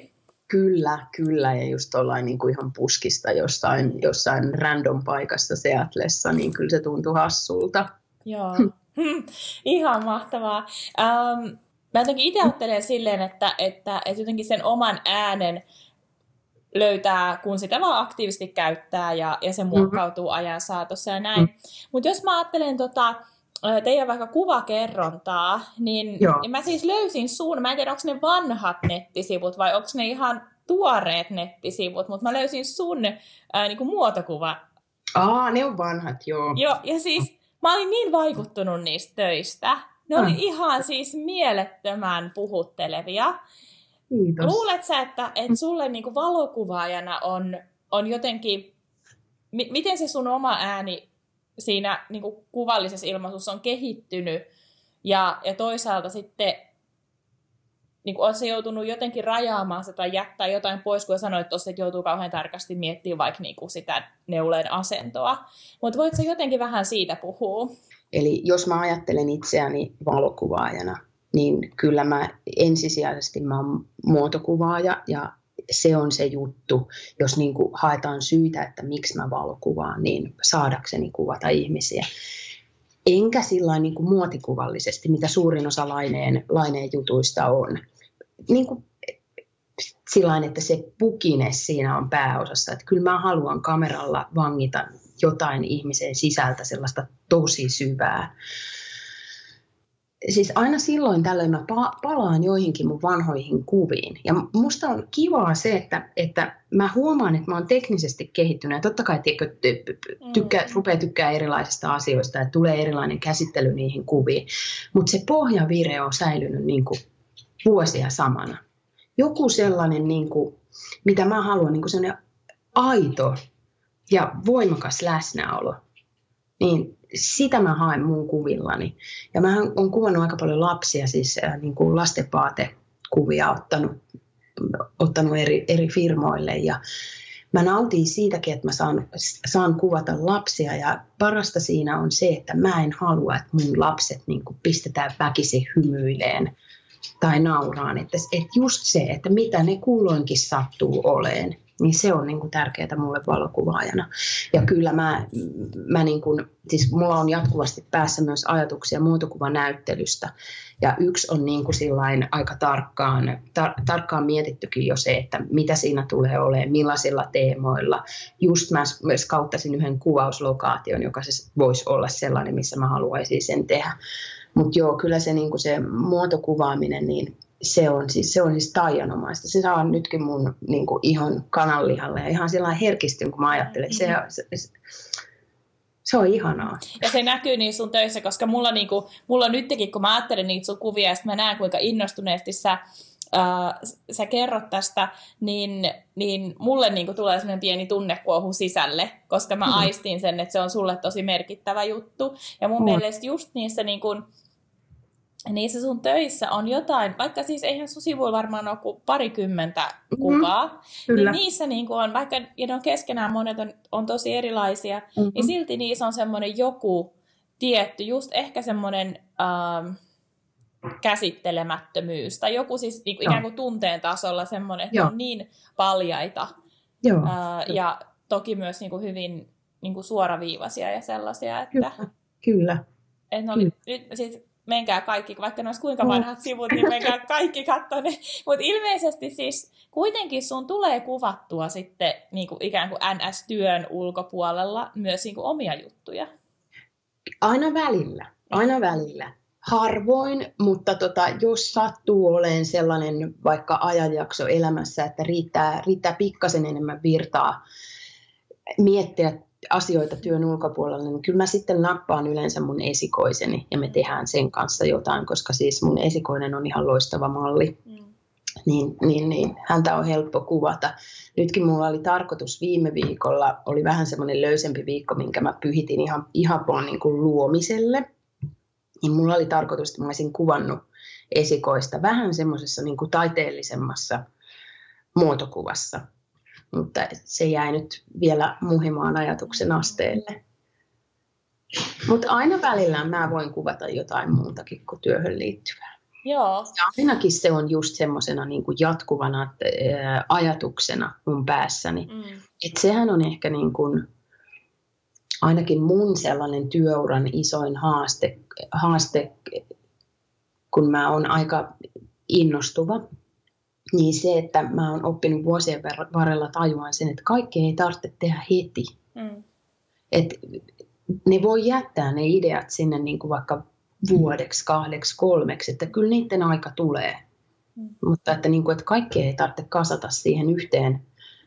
Kyllä, kyllä. Ja just tuollain niin kuin ihan puskista jossain, jossain random paikassa Seatlessa, niin kyllä se tuntui hassulta. Joo, ihan mahtavaa. Ähm, mä jotenkin itse ajattelen silleen, että, että, että jotenkin sen oman äänen löytää, kun sitä vaan aktiivisesti käyttää ja, ja se muokkautuu ajan saatossa ja näin. Mm. Mutta jos mä ajattelen tota, teidän vaikka kuvakerrontaa, niin, niin mä siis löysin sun, mä en tiedä onko ne vanhat nettisivut vai onko ne ihan tuoreet nettisivut, mutta mä löysin sun ää, niinku muotokuva. Aa, ne on vanhat, joo. Joo, ja siis mä olin niin vaikuttunut niistä töistä. Ne oli ihan siis mielettömän puhuttelevia. Kiitos. Luulet sä, että, että sulle niinku valokuvaajana on, on jotenkin, m- miten se sun oma ääni siinä niinku kuvallisessa ilmaisussa on kehittynyt ja, ja toisaalta sitten niinku oot se joutunut jotenkin rajaamaan sitä tai jättää jotain pois, kun sanoit tuossa, että joutuu kauhean tarkasti miettimään vaikka niinku sitä neuleen asentoa. Mutta voit sä jotenkin vähän siitä puhua? Eli jos mä ajattelen itseäni valokuvaajana, niin kyllä mä ensisijaisesti mä oon muotokuvaaja ja se on se juttu, jos niin kuin haetaan syitä, että miksi mä valokuvaan, niin saadakseni kuvata ihmisiä. Enkä sillain niin kuin muotikuvallisesti, mitä suurin osa laineen, laineen jutuista on. Niin kuin sillain, että se pukines siinä on pääosassa. Että kyllä mä haluan kameralla vangita jotain ihmisen sisältä sellaista tosi syvää. Siis aina silloin tällöin mä palaan joihinkin mun vanhoihin kuviin. Ja musta on kivaa se, että, että mä huomaan, että mä oon teknisesti kehittynyt. Ja totta kai tiedätkö, tykkää, rupeaa tykkää erilaisista asioista ja tulee erilainen käsittely niihin kuviin. Mutta se pohjavire on säilynyt niin kuin vuosia samana. Joku sellainen, niin kuin, mitä mä haluan, niin kuin sellainen aito ja voimakas läsnäolo. Niin sitä mä haen mun kuvillani. Ja mä oon kuvannut aika paljon lapsia, siis äh, niin kuin lastenvaatekuvia ottanut, ottanut eri, eri firmoille. Ja mä nautin siitäkin, että mä saan, saan kuvata lapsia. Ja parasta siinä on se, että mä en halua, että mun lapset niin kuin pistetään väkisin hymyileen tai nauraan. Että, että just se, että mitä ne kulloinkin sattuu oleen. Niin se on niin kuin tärkeää mulle valokuvaajana. Ja kyllä mä, mä niin kuin, siis mulla on jatkuvasti päässä myös ajatuksia muotokuvanäyttelystä. Ja yksi on niin kuin sillain aika tarkkaan, tar- tarkkaan mietittykin jo se, että mitä siinä tulee olemaan, millaisilla teemoilla. Just mä myös kauttasin yhden kuvauslokaation, joka se voisi olla sellainen, missä mä haluaisin sen tehdä. Mutta joo, kyllä se, niin kuin se muotokuvaaminen, niin Se on, siis, se on siis taianomaista. Se saa nytkin mun niin kuin, ihon kananlihalle ja ihan sillä herkistyn, kun mä ajattelen. Se, se, se, se on ihanaa. Ja se näkyy niin sun töissä, koska mulla, niin kuin, mulla nytkin, kun mä ajattelen niitä sun kuvia ja sitten mä näen, kuinka innostuneesti sä, ää, sä kerrot tästä, niin, niin mulle niin kuin, tulee sellainen pieni tunnekuohu sisälle, koska mä mm. aistin sen, että se on sulle tosi merkittävä juttu. Ja mun mm. mielestä just niissä niin kuin, niissä sun töissä on jotain, vaikka siis eihän sun sivuilla varmaan ole kuin parikymmentä kuvaa, mm, niin niissä niin on, vaikka ja ne on keskenään monet on, on tosi erilaisia, mm-hmm. niin silti niissä on semmoinen joku tietty, just ehkä semmoinen ähm, käsittelemättömyys, tai joku siis niin kuin, ikään kuin tunteen tasolla semmoinen, että on niin paljaita, Joo. Äh, ja toki myös niin kuin hyvin niin kuin suoraviivaisia ja sellaisia, että... Kyllä, kyllä. Että ne oli, kyllä. Nyt, siis, menkää kaikki, vaikka ne olisi kuinka vanhat sivut, niin menkää kaikki katsoa ne. Mutta ilmeisesti siis kuitenkin sun tulee kuvattua sitten niin kuin ikään kuin N S-työn ulkopuolella myös niin kuin omia juttuja. Aina välillä, aina välillä. Harvoin, mutta tota, jos sattuu olemaan sellainen vaikka ajanjakso elämässä, että riittää, riittää pikkasen enemmän virtaa miettiä asioita työn ulkopuolella, niin kyllä mä sitten nappaan yleensä mun esikoiseni ja me tehdään sen kanssa jotain, koska siis mun esikoinen on ihan loistava malli. Mm. Niin, niin, niin, häntä on helppo kuvata. Nytkin mulla oli tarkoitus viime viikolla, oli vähän semmoinen löysempi viikko, minkä mä pyhitin ihan, ihan vaan niin kuin luomiselle. Niin mulla oli tarkoitus, että mä olisin kuvannut esikoista vähän semmoisessa niin kuin taiteellisemmassa muotokuvassa. Mutta se jäi nyt vielä muhimaan ajatuksen asteelle. Mutta aina välillä mä voin kuvata jotain muutakin kuin työhön liittyvää. Joo. Ja ainakin se on just semmoisena niin kuin jatkuvana ää, ajatuksena mun päässäni. Mm. Että sehän on ehkä niin kuin, ainakin mun sellainen työuran isoin haaste, haaste, kun mä oon aika innostuva, niin se, että mä oon oppinut vuosien varrella tajuan sen, että kaikkea ei tarvitse tehdä heti. Mm. Että ne voi jättää ne ideat sinne niin kuin vaikka vuodeksi, kahdeksi, kolmeksi, että kyllä niiden aika tulee. Mm. Mutta että, niin kuin, että kaikkea ei tarvitse kasata siihen yhteen,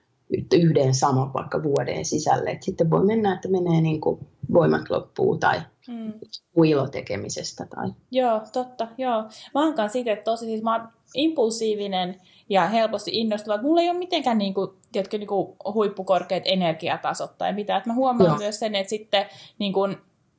yhden saman vaikka vuoden sisälle. Että sitten voi mennä, että menee niin kuin voimat loppuu tai mm. ilotekemisestä. Tai... Joo, totta. Joo. Mä oon kanssa itse tosi, siis mä oon impulsiivinen ja helposti innostuva. Mulla ei ole mitenkään niin kuin, tiedätkö, niin kuin huippukorkeat energiatasot tai mitä. Et mä huomaan Joo. myös sen, että sitten niin kuin,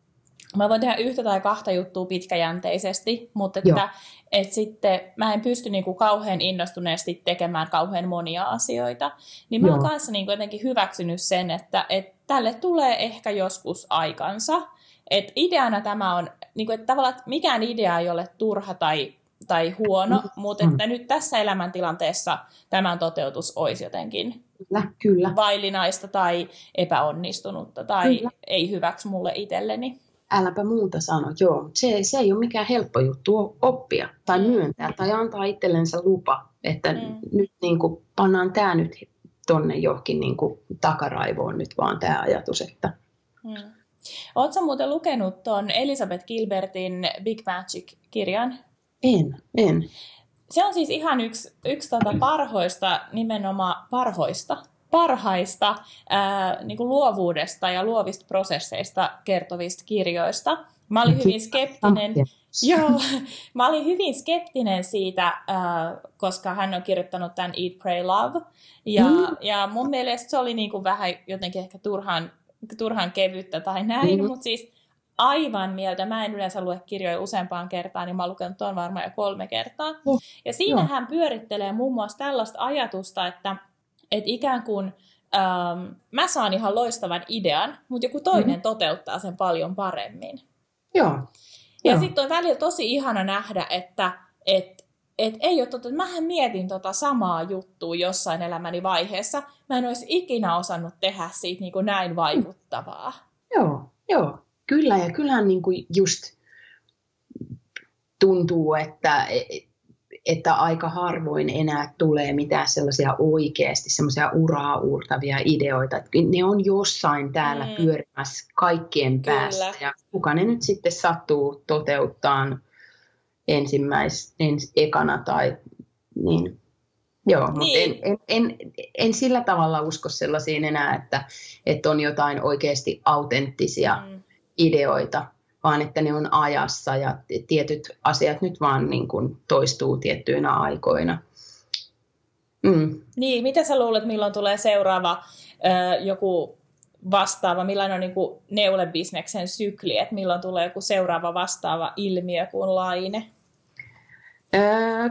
mä voin tehdä yhtä tai kahta juttua pitkäjänteisesti, mutta että, että sitten mä en pysty niin kuin kauhean innostuneesti tekemään kauhean monia asioita. Niin mä Joo. oon kanssa niin kuin jotenkin hyväksynyt sen, että, että tälle tulee ehkä joskus aikansa. Että ideana tämä on, niin kuin, että tavallaan että mikään idea ei ole turha tai, tai huono, mm. mutta että nyt tässä elämäntilanteessa tämän toteutus olisi jotenkin kyllä, kyllä. vaillinaista tai epäonnistunutta tai kyllä. ei hyväksi mulle itselleni. Äläpä muuta sano, joo. Se, se ei ole mikään helppo juttu oppia tai myöntää tai antaa itsellensä lupa, että mm. nyt niin kuin, pannaan tämä nyt tonne johonkin niin kuin, takaraivoon nyt vaan tämä ajatus. Että... Mm. Oletko muuten lukenut tuon Elizabeth Gilbertin Big Magic-kirjan? En, en. Se on siis ihan yksi, yksi tuota parhoista, nimenomaan parhoista, parhaista ää, niin kuin luovuudesta ja luovista prosesseista kertovista kirjoista. Mä olin hyvin skeptinen, joo, mä olin hyvin skeptinen siitä, ää, koska hän on kirjoittanut tämän Eat, Pray, Love. Ja, mm. ja mun mielestä se oli niin kuin vähän jotenkin ehkä turhan, turhan kevyttä tai näin, mm. mutta siis aivan mieltä. Mä en yleensä lue kirjoja useampaan kertaan, niin mä oon lukenut tuon varmaan jo kolme kertaa. Oh, ja siinä hän pyörittelee muun muassa tällaista ajatusta, että, että ikään kuin ähm, mä saan ihan loistavan idean, mutta joku toinen mm-hmm. toteuttaa sen paljon paremmin. Joo. Ja sitten on välillä tosi ihana nähdä, että et, et ei ole totta, että mähän mietin tota samaa juttua jossain elämäni vaiheessa. Mä en olisi ikinä osannut tehdä siitä niin kuin näin vaikuttavaa. Joo, joo. Kyllä, ja kyllähän niin kuin just tuntuu, että, että aika harvoin enää tulee mitään sellaisia oikeasti semmoisia uraa uurtavia ideoita. Että ne on jossain täällä mm. pyörimässä kaikkien päässä. Ja kuka ne nyt sitten sattuu toteuttaan ensimmäis, ens, ekana tai niin. Joo, niin. Mutta en, en, en, en sillä tavalla usko sellaisiin enää, että, että on jotain oikeasti autenttisia mm. ideoita, vaan että ne on ajassa ja tietyt asiat nyt vaan niin kuin toistuu tiettyinä aikoina. Mm. Niin, mitä sä luulet, milloin tulee seuraava ö, joku vastaava, millainen on niin kuin neulebisneksen sykli, että milloin tulee joku seuraava vastaava ilmiö kuin Laine? Öö,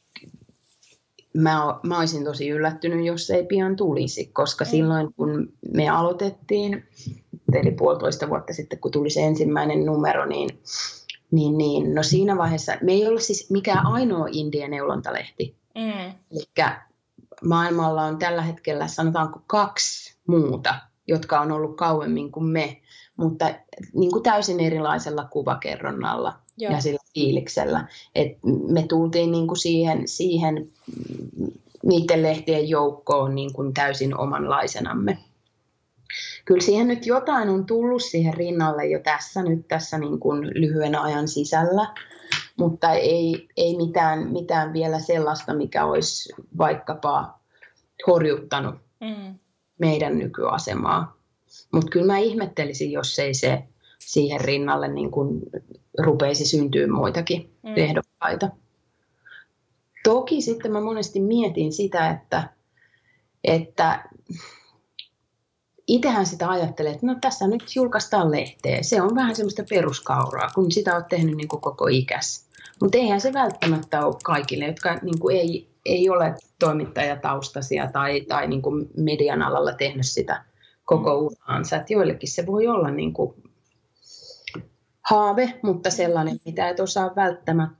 mä, mä olisin tosi yllättynyt, jos ei pian tulisi, koska mm. silloin kun me aloitettiin, eli puolitoista vuotta sitten, kun tuli se ensimmäinen numero, niin, niin, niin no siinä vaiheessa, me ei ole siis mikään ainoa indie-neulontalehti. Mm. Eli maailmalla on tällä hetkellä sanotaanko kaksi muuta, jotka on ollut kauemmin kuin me, mutta niin kuin täysin erilaisella kuvakerronnalla Joo. ja sillä fiiliksellä. Et me tultiin niin kuin siihen, siihen niiden lehtien joukkoon niin kuin täysin omanlaisenamme. Kyllä siihen nyt jotain on tullut siihen rinnalle jo tässä nyt tässä niin kuin lyhyen ajan sisällä, mutta ei, ei mitään, mitään vielä sellaista, mikä olisi vaikkapa horjuttanut mm. meidän nykyasemaa. Mutta kyllä mä ihmettelisin, jos ei se siihen rinnalle niin kuin rupeisi syntyä muitakin mm. ehdokkaita. Toki sitten mä monesti mietin sitä, että, että itsehän sitä ajattelee, että no tässä nyt julkaistaan lehteä. Se on vähän semmoista peruskauraa, kun sitä olet tehnyt niin kuin koko ikäs. Mutta eihän se välttämättä ole kaikille, jotka niin kuin ei, ei ole toimittajataustaisia tai, tai niin kuin median alalla tehnyt sitä koko uraansa. Että joillekin se voi olla niin kuin haave, mutta sellainen, mitä et osaa välttämättä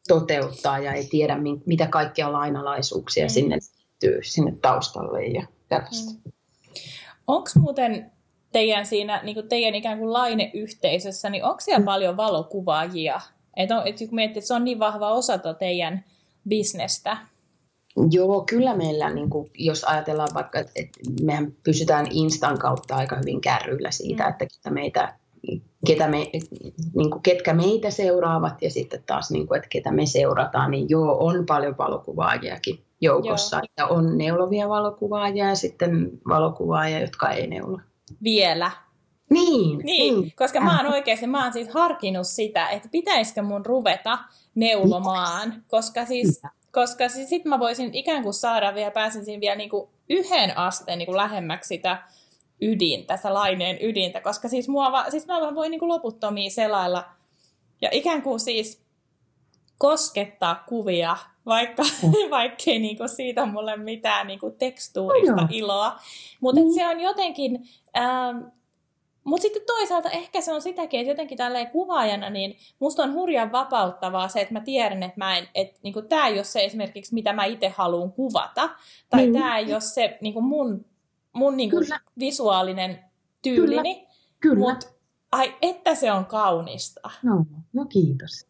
toteuttaa ja ei tiedä, mitä kaikkia lainalaisuuksia mm. sinne liittyy sinne taustalle ja tällaista. Mm. Onko muuten teidän siinä, niin kuin teidän ikään kuin laineyhteisössä, niin onko siellä mm. paljon valokuvaajia? Että et, kun miettii, että se on niin vahva osa teidän bisnestä. Joo, kyllä meillä, niin kuin, jos ajatellaan vaikka, että, että mehän pysytään Instan kautta aika hyvin kärryillä siitä, mm. että ketä meitä, ketä me, niin kuin, ketkä meitä seuraavat ja sitten taas, niin kuin, että ketä me seurataan, niin joo, on paljon valokuvaajiakin joukossa. Joo. Ja on neulovia valokuvaajia ja sitten valokuvaajia, jotka ei neulo. Vielä. Niin, niin, niin, koska mä oon oikeasti, mä oon siis harkinnut sitä, että pitäisikö mun ruveta neulomaan, koska siis, koska siis sit mä voisin ikään kuin saada vielä, pääsisin vielä niinku yhden asteen niinku lähemmäksi sitä ydintä, sitä laineen ydintä, koska siis, mua va, siis mä voin niinku loputtomia selailla ja ikään kuin siis koskettaa kuvia, vaikka mm. vaikkei niinku siitä mulle mitään niinku tekstuurista no, iloa, mutta mm. se on jotenkin... Ähm, Mutta sitten toisaalta ehkä se on sitäkin, että jotenkin tälleen kuvaajana, niin musta on hurjan vapauttavaa se, että mä tiedän, että, mä en, että niinku, tää ei ole se esimerkiksi, mitä mä itse haluan kuvata, tai mm. tää ei ole se niinku, mun, mun niinku, visuaalinen tyylini, mutta ai, että se on kaunista. No, no kiitos.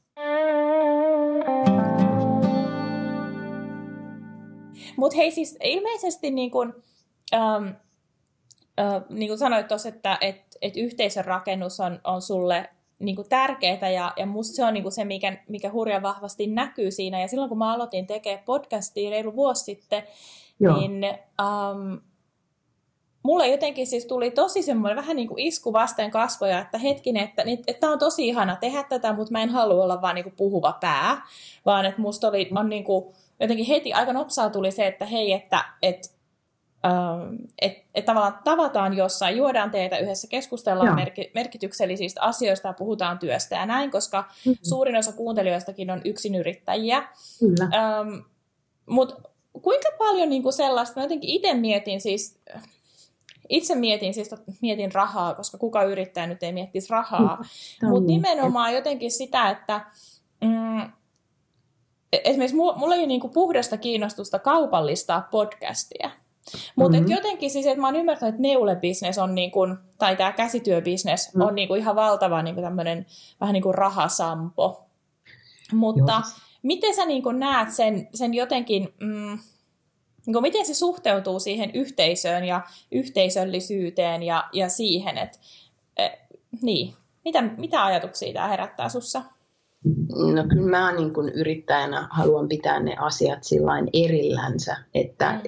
Mutta hei siis ilmeisesti niin kuin... Um, Uh, niin kuin sanoit tuossa, että et, et yhteisön rakennus on, on sulle niin kuin tärkeää ja, ja musta se on niin kuin se, mikä, mikä hurjan vahvasti näkyy siinä. Ja silloin kun mä aloitin tekemään podcastia reilu vuosi sitten, Joo. niin um, mulle jotenkin siis tuli tosi semmoinen vähän niin kuin isku vasten kasvoja, että hetkinen, että, että tämä on tosi ihana tehdä tätä, mutta mä en halua olla vaan niin kuin puhuva pää, vaan että musta oli on niin kuin, jotenkin heti aika nopsaa tuli se, että hei, että et, että et tavallaan tavataan jossain, juodaan teitä yhdessä, keskustellaan merki, merkityksellisistä asioista ja puhutaan työstä ja näin, koska mm-hmm. suurin osa kuuntelijoistakin on yksinyrittäjiä. Kyllä. Ähm, Mutta kuinka paljon niinku sellaista, mä jotenkin itse mietin siis, itse mietin siis, mietin rahaa, koska kuka yrittää nyt ei miettisi rahaa, mm-hmm. mutta nimenomaan jotenkin sitä, että mm, esimerkiksi mulla ei ole niinku puhdasta kiinnostusta kaupallistaa podcastia. Mutta mm-hmm. jotenkin siis, että mä oon ymmärtänyt, että neulebisnes on niin kuin, tai tämä käsityöbisnes mm-hmm. on niin kuin ihan valtava niin kuin tämmöinen vähän niin kuin rahasampo. Mutta Joo. miten sä niin kuin näet sen, sen jotenkin, mm, niin kuin miten se suhteutuu siihen yhteisöön ja yhteisöllisyyteen ja, ja siihen, että eh, niin, mitä, mitä ajatuksia tämä herättää sussa? No kyllä mä niin kuin yrittäjänä haluan pitää ne asiat sillain erillänsä, että mm.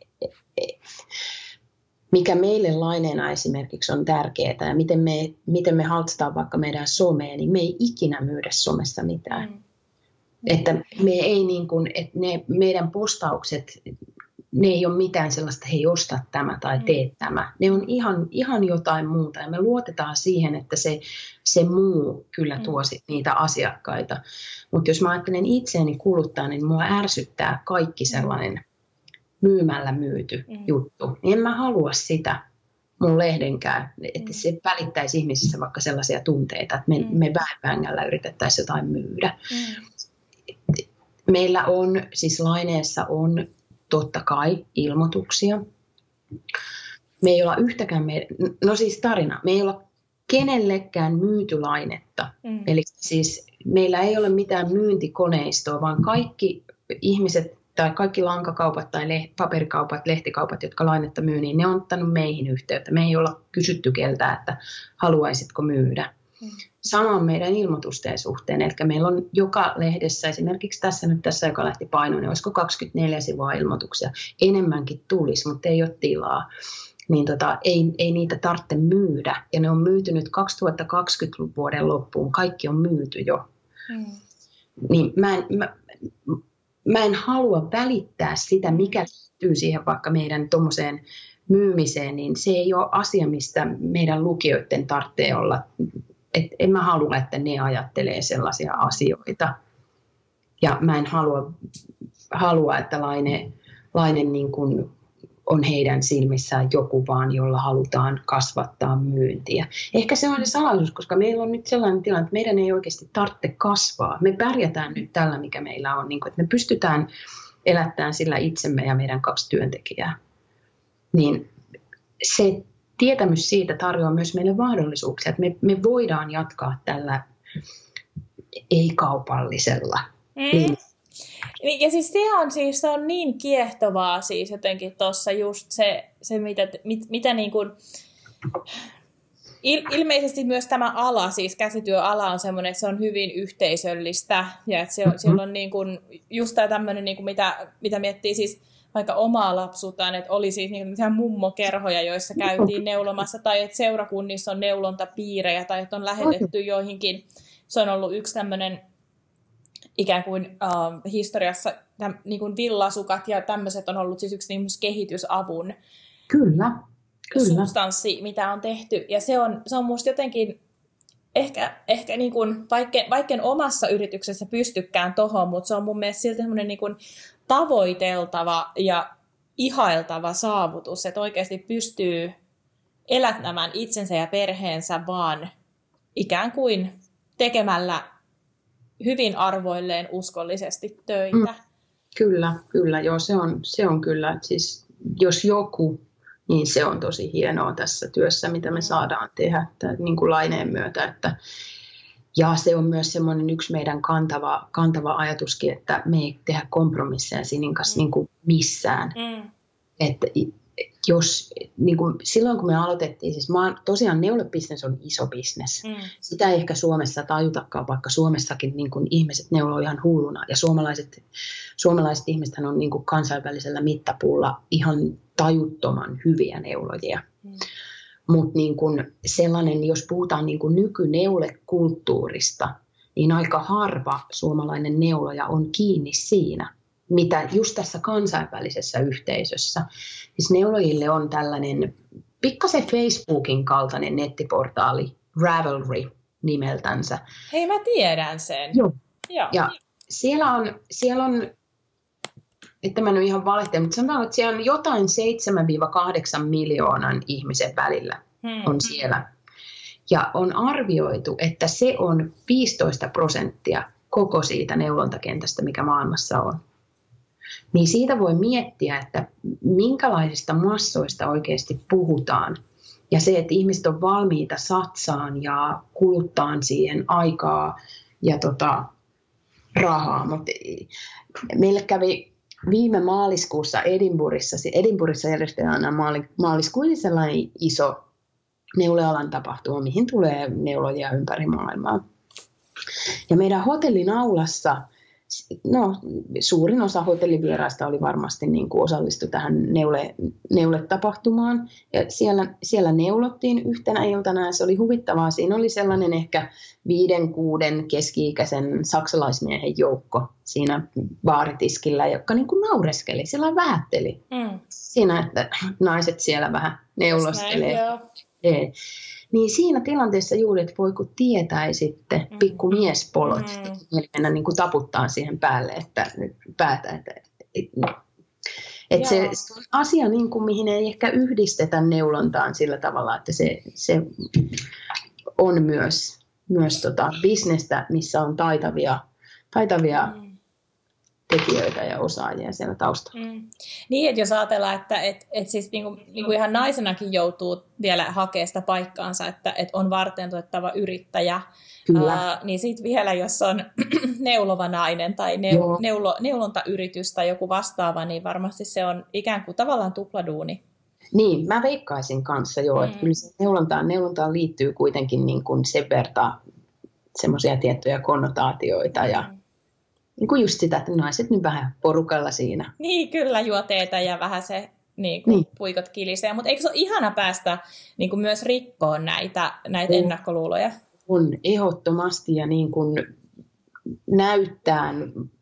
mikä meille laineena esimerkiksi on tärkeää ja miten me, miten me haltsataan vaikka meidän somea, niin me ei ikinä myydä somessa mitään. Mm. Että me ei niin kuin, että ne meidän postaukset, ne ei ole mitään sellaista, hei osta tämä tai tee mm. tämä. Ne on ihan, ihan jotain muuta ja me luotetaan siihen, että se, se muu kyllä tuo mm. sit niitä asiakkaita. Mutta jos mä ajattelen itseäni kuluttaa, niin mua ärsyttää kaikki sellainen myymällä myyty mm. juttu, niin en mä halua sitä mun lehdenkään, että mm. se välittäisi ihmisissä vaikka sellaisia tunteita, että me, mm. me väenvängällä yritettäisiin jotain myydä. Mm. Meillä on, siis laineessa on totta kai ilmoituksia. Me ei olla yhtäkään, me, no siis tarina, me ei olla kenellekään myyty lainetta. Mm. Eli siis meillä ei ole mitään myyntikoneistoa, vaan kaikki ihmiset, tai kaikki lankakaupat tai le- paperikaupat, lehtikaupat, jotka lainetta myy, niin ne on ottanut meihin yhteyttä. Me ei olla kysytty keltä, että haluaisitko myydä. Mm. Sama on meidän ilmoitusten suhteen. Eli meillä on joka lehdessä, esimerkiksi tässä nyt tässä, joka lähti painoon, niin olisiko kaksikymmentäneljä sivua ilmoituksia. Enemmänkin tulisi, mutta ei ole tilaa. Niin tota, ei, ei niitä tarvitse myydä. Ja ne on myyty nyt kaksituhattakaksikymmentä vuoden loppuun. Kaikki on myyty jo. Mm. Niin mä en... Mä, Mä en halua välittää sitä, mikä liittyy siihen vaikka meidän tuommoiseen myymiseen, niin se ei ole asia, mistä meidän lukijoiden tarvitsee olla. Et en mä halua, että ne ajattelee sellaisia asioita. Ja mä en halua, halua että Laine, Laine niin kuin on heidän silmissään joku vaan, jolla halutaan kasvattaa myyntiä. Ehkä se on se salaisuus, koska meillä on nyt sellainen tilanne, että meidän ei oikeasti tarvitse kasvaa. Me pärjätään nyt tällä, mikä meillä on, niin kuin, että me pystytään elättämään sillä itsemme ja meidän kaksi työntekijää. Niin se tietämys siitä tarjoaa myös meille mahdollisuuksia, että me, me voidaan jatkaa tällä ei-kaupallisella. Mm. Ja siis se on, siis se on niin kiehtovaa siis jotenkin tuossa just se, se mitä, mit, mitä niin kuin, il, ilmeisesti myös tämä ala, siis käsityöala on semmoinen, että se on hyvin yhteisöllistä ja että se on, siellä on niin kuin, just tämä tämmöinen, niin kuin mitä, mitä miettii siis vaikka omaa lapsuuttaan, että oli siis niin mummokerhoja, joissa käytiin neulomassa tai että seurakunnissa on neulontapiirejä tai että on lähetetty joihinkin, se on ollut yksi tämmöinen ikään kuin äh, historiassa täm, niin kuin villasukat ja tämmöiset on ollut siis yksi niin kehitysavun kyllä, kyllä. substanssi, mitä on tehty. Ja se on, se on musta jotenkin, ehkä, ehkä niin kuin, vaikken, vaikken omassa yrityksessä pystykään tohon, mutta se on mun mielestä silti semmoinen niin kuin tavoiteltava ja ihailtava saavutus, että oikeasti pystyy elättämään itsensä ja perheensä vaan ikään kuin tekemällä hyvin arvoilleen uskollisesti töitä. Mm, kyllä, kyllä. Joo, se on, se on kyllä. Siis, jos joku, niin se on tosi hienoa tässä työssä, mitä me saadaan tehdä että, niin kuin Laineen myötä. Että, ja se on myös semmoinen yksi meidän kantava, kantava ajatuskin, että me ei tehdä kompromisseja Sinin kanssa mm. niin kuin missään. Mm. Että jos, niin kuin, silloin kun me aloitettiin, siis mä, tosiaan neulebisnes on iso bisnes. Mm. Sitä ei ehkä Suomessa tajutakaan, vaikka Suomessakin niin kuin ihmiset neuloo ihan hulluna. Ja suomalaiset, suomalaiset ihmiset on niin kuin kansainvälisellä mittapuulla ihan tajuttoman hyviä neulojia. Mm. Mutta niin kuin sellainen, jos puhutaan niin kuin nykyneulekulttuurista, niin aika harva suomalainen neuloja on kiinni siinä, mitä just tässä kansainvälisessä yhteisössä. Siis neulojille on tällainen pikkasen Facebookin kaltainen nettiportaali, Ravelry nimeltänsä. Hei, mä tiedän sen. Joo. Joo. Ja siellä on, siellä on, että mä en ole ihan valehtelen, mutta sanotaan, että siellä on jotain seitsemän kahdeksan miljoonan ihmisen välillä hmm. on siellä. Ja on arvioitu, että se on viisitoista prosenttia koko siitä neulontakentästä, mikä maailmassa on. Niin siitä voi miettiä, että minkälaisista massoista oikeasti puhutaan. Ja se, että ihmiset on valmiita satsaan ja kuluttaan siihen aikaa ja tota, rahaa. Mutta meille kävi viime maaliskuussa Edinburghissa, Edinburghissa järjestetään aina maaliskuussa sellainen iso neulealan tapahtuma, mihin tulee neulojia ympäri maailmaa. Ja meidän hotellin aulassa, no suurin osa hotellivieraista oli varmasti niin kuin osallistu tähän neule, neuletapahtumaan. Ja siellä, siellä neulottiin yhtenä iltana ja se oli huvittavaa. Siinä oli sellainen ehkä viiden, kuuden keski-ikäisen saksalaismiehen joukko siinä baaritiskillä, joka niin kuin naureskeli, sillä vähätteli. Mm. Siinä, että naiset siellä vähän neulostelee. Näin, niin siinä tilanteessa juuri, että voi kun tietäisitte mm. pikku miespolot, mm. että mennä niin kuin taputtaa siihen päälle, että päätä, että, että, että se, se on asia, niin kuin, mihin ei ehkä yhdistetä neulontaan sillä tavalla, että se, se on myös, myös tota bisnestä, missä on taitavia, taitavia mm. tekijöitä ja osaajia siellä taustalla. Mm. Niin, että jos ajatellaan, että et, et siis niinku, niinku ihan naisenakin joutuu vielä hakemaan sitä paikkaansa, että et on varteenotettava yrittäjä, Ää, niin sitten vielä, jos on neulova nainen tai neu, neulo, neulontayritys tai joku vastaava, niin varmasti se on ikään kuin tavallaan tupladuuni. Niin, mä veikkaisin kanssa jo, mm. että kyllä se neulontaan, neulontaan liittyy kuitenkin niin kuin sen verran semmoisia tiettyjä konnotaatioita ja mm. niin kuin just sitä, että naiset nyt vähän porukalla siinä. Niin, kyllä juoteita ja vähän se niin kuin niin. puikot kilisee. Mutta eikö se ole ihana päästä niin kuin myös rikkoon näitä, näitä on, ennakkoluuloja? On ehdottomasti ja niin kuin näyttää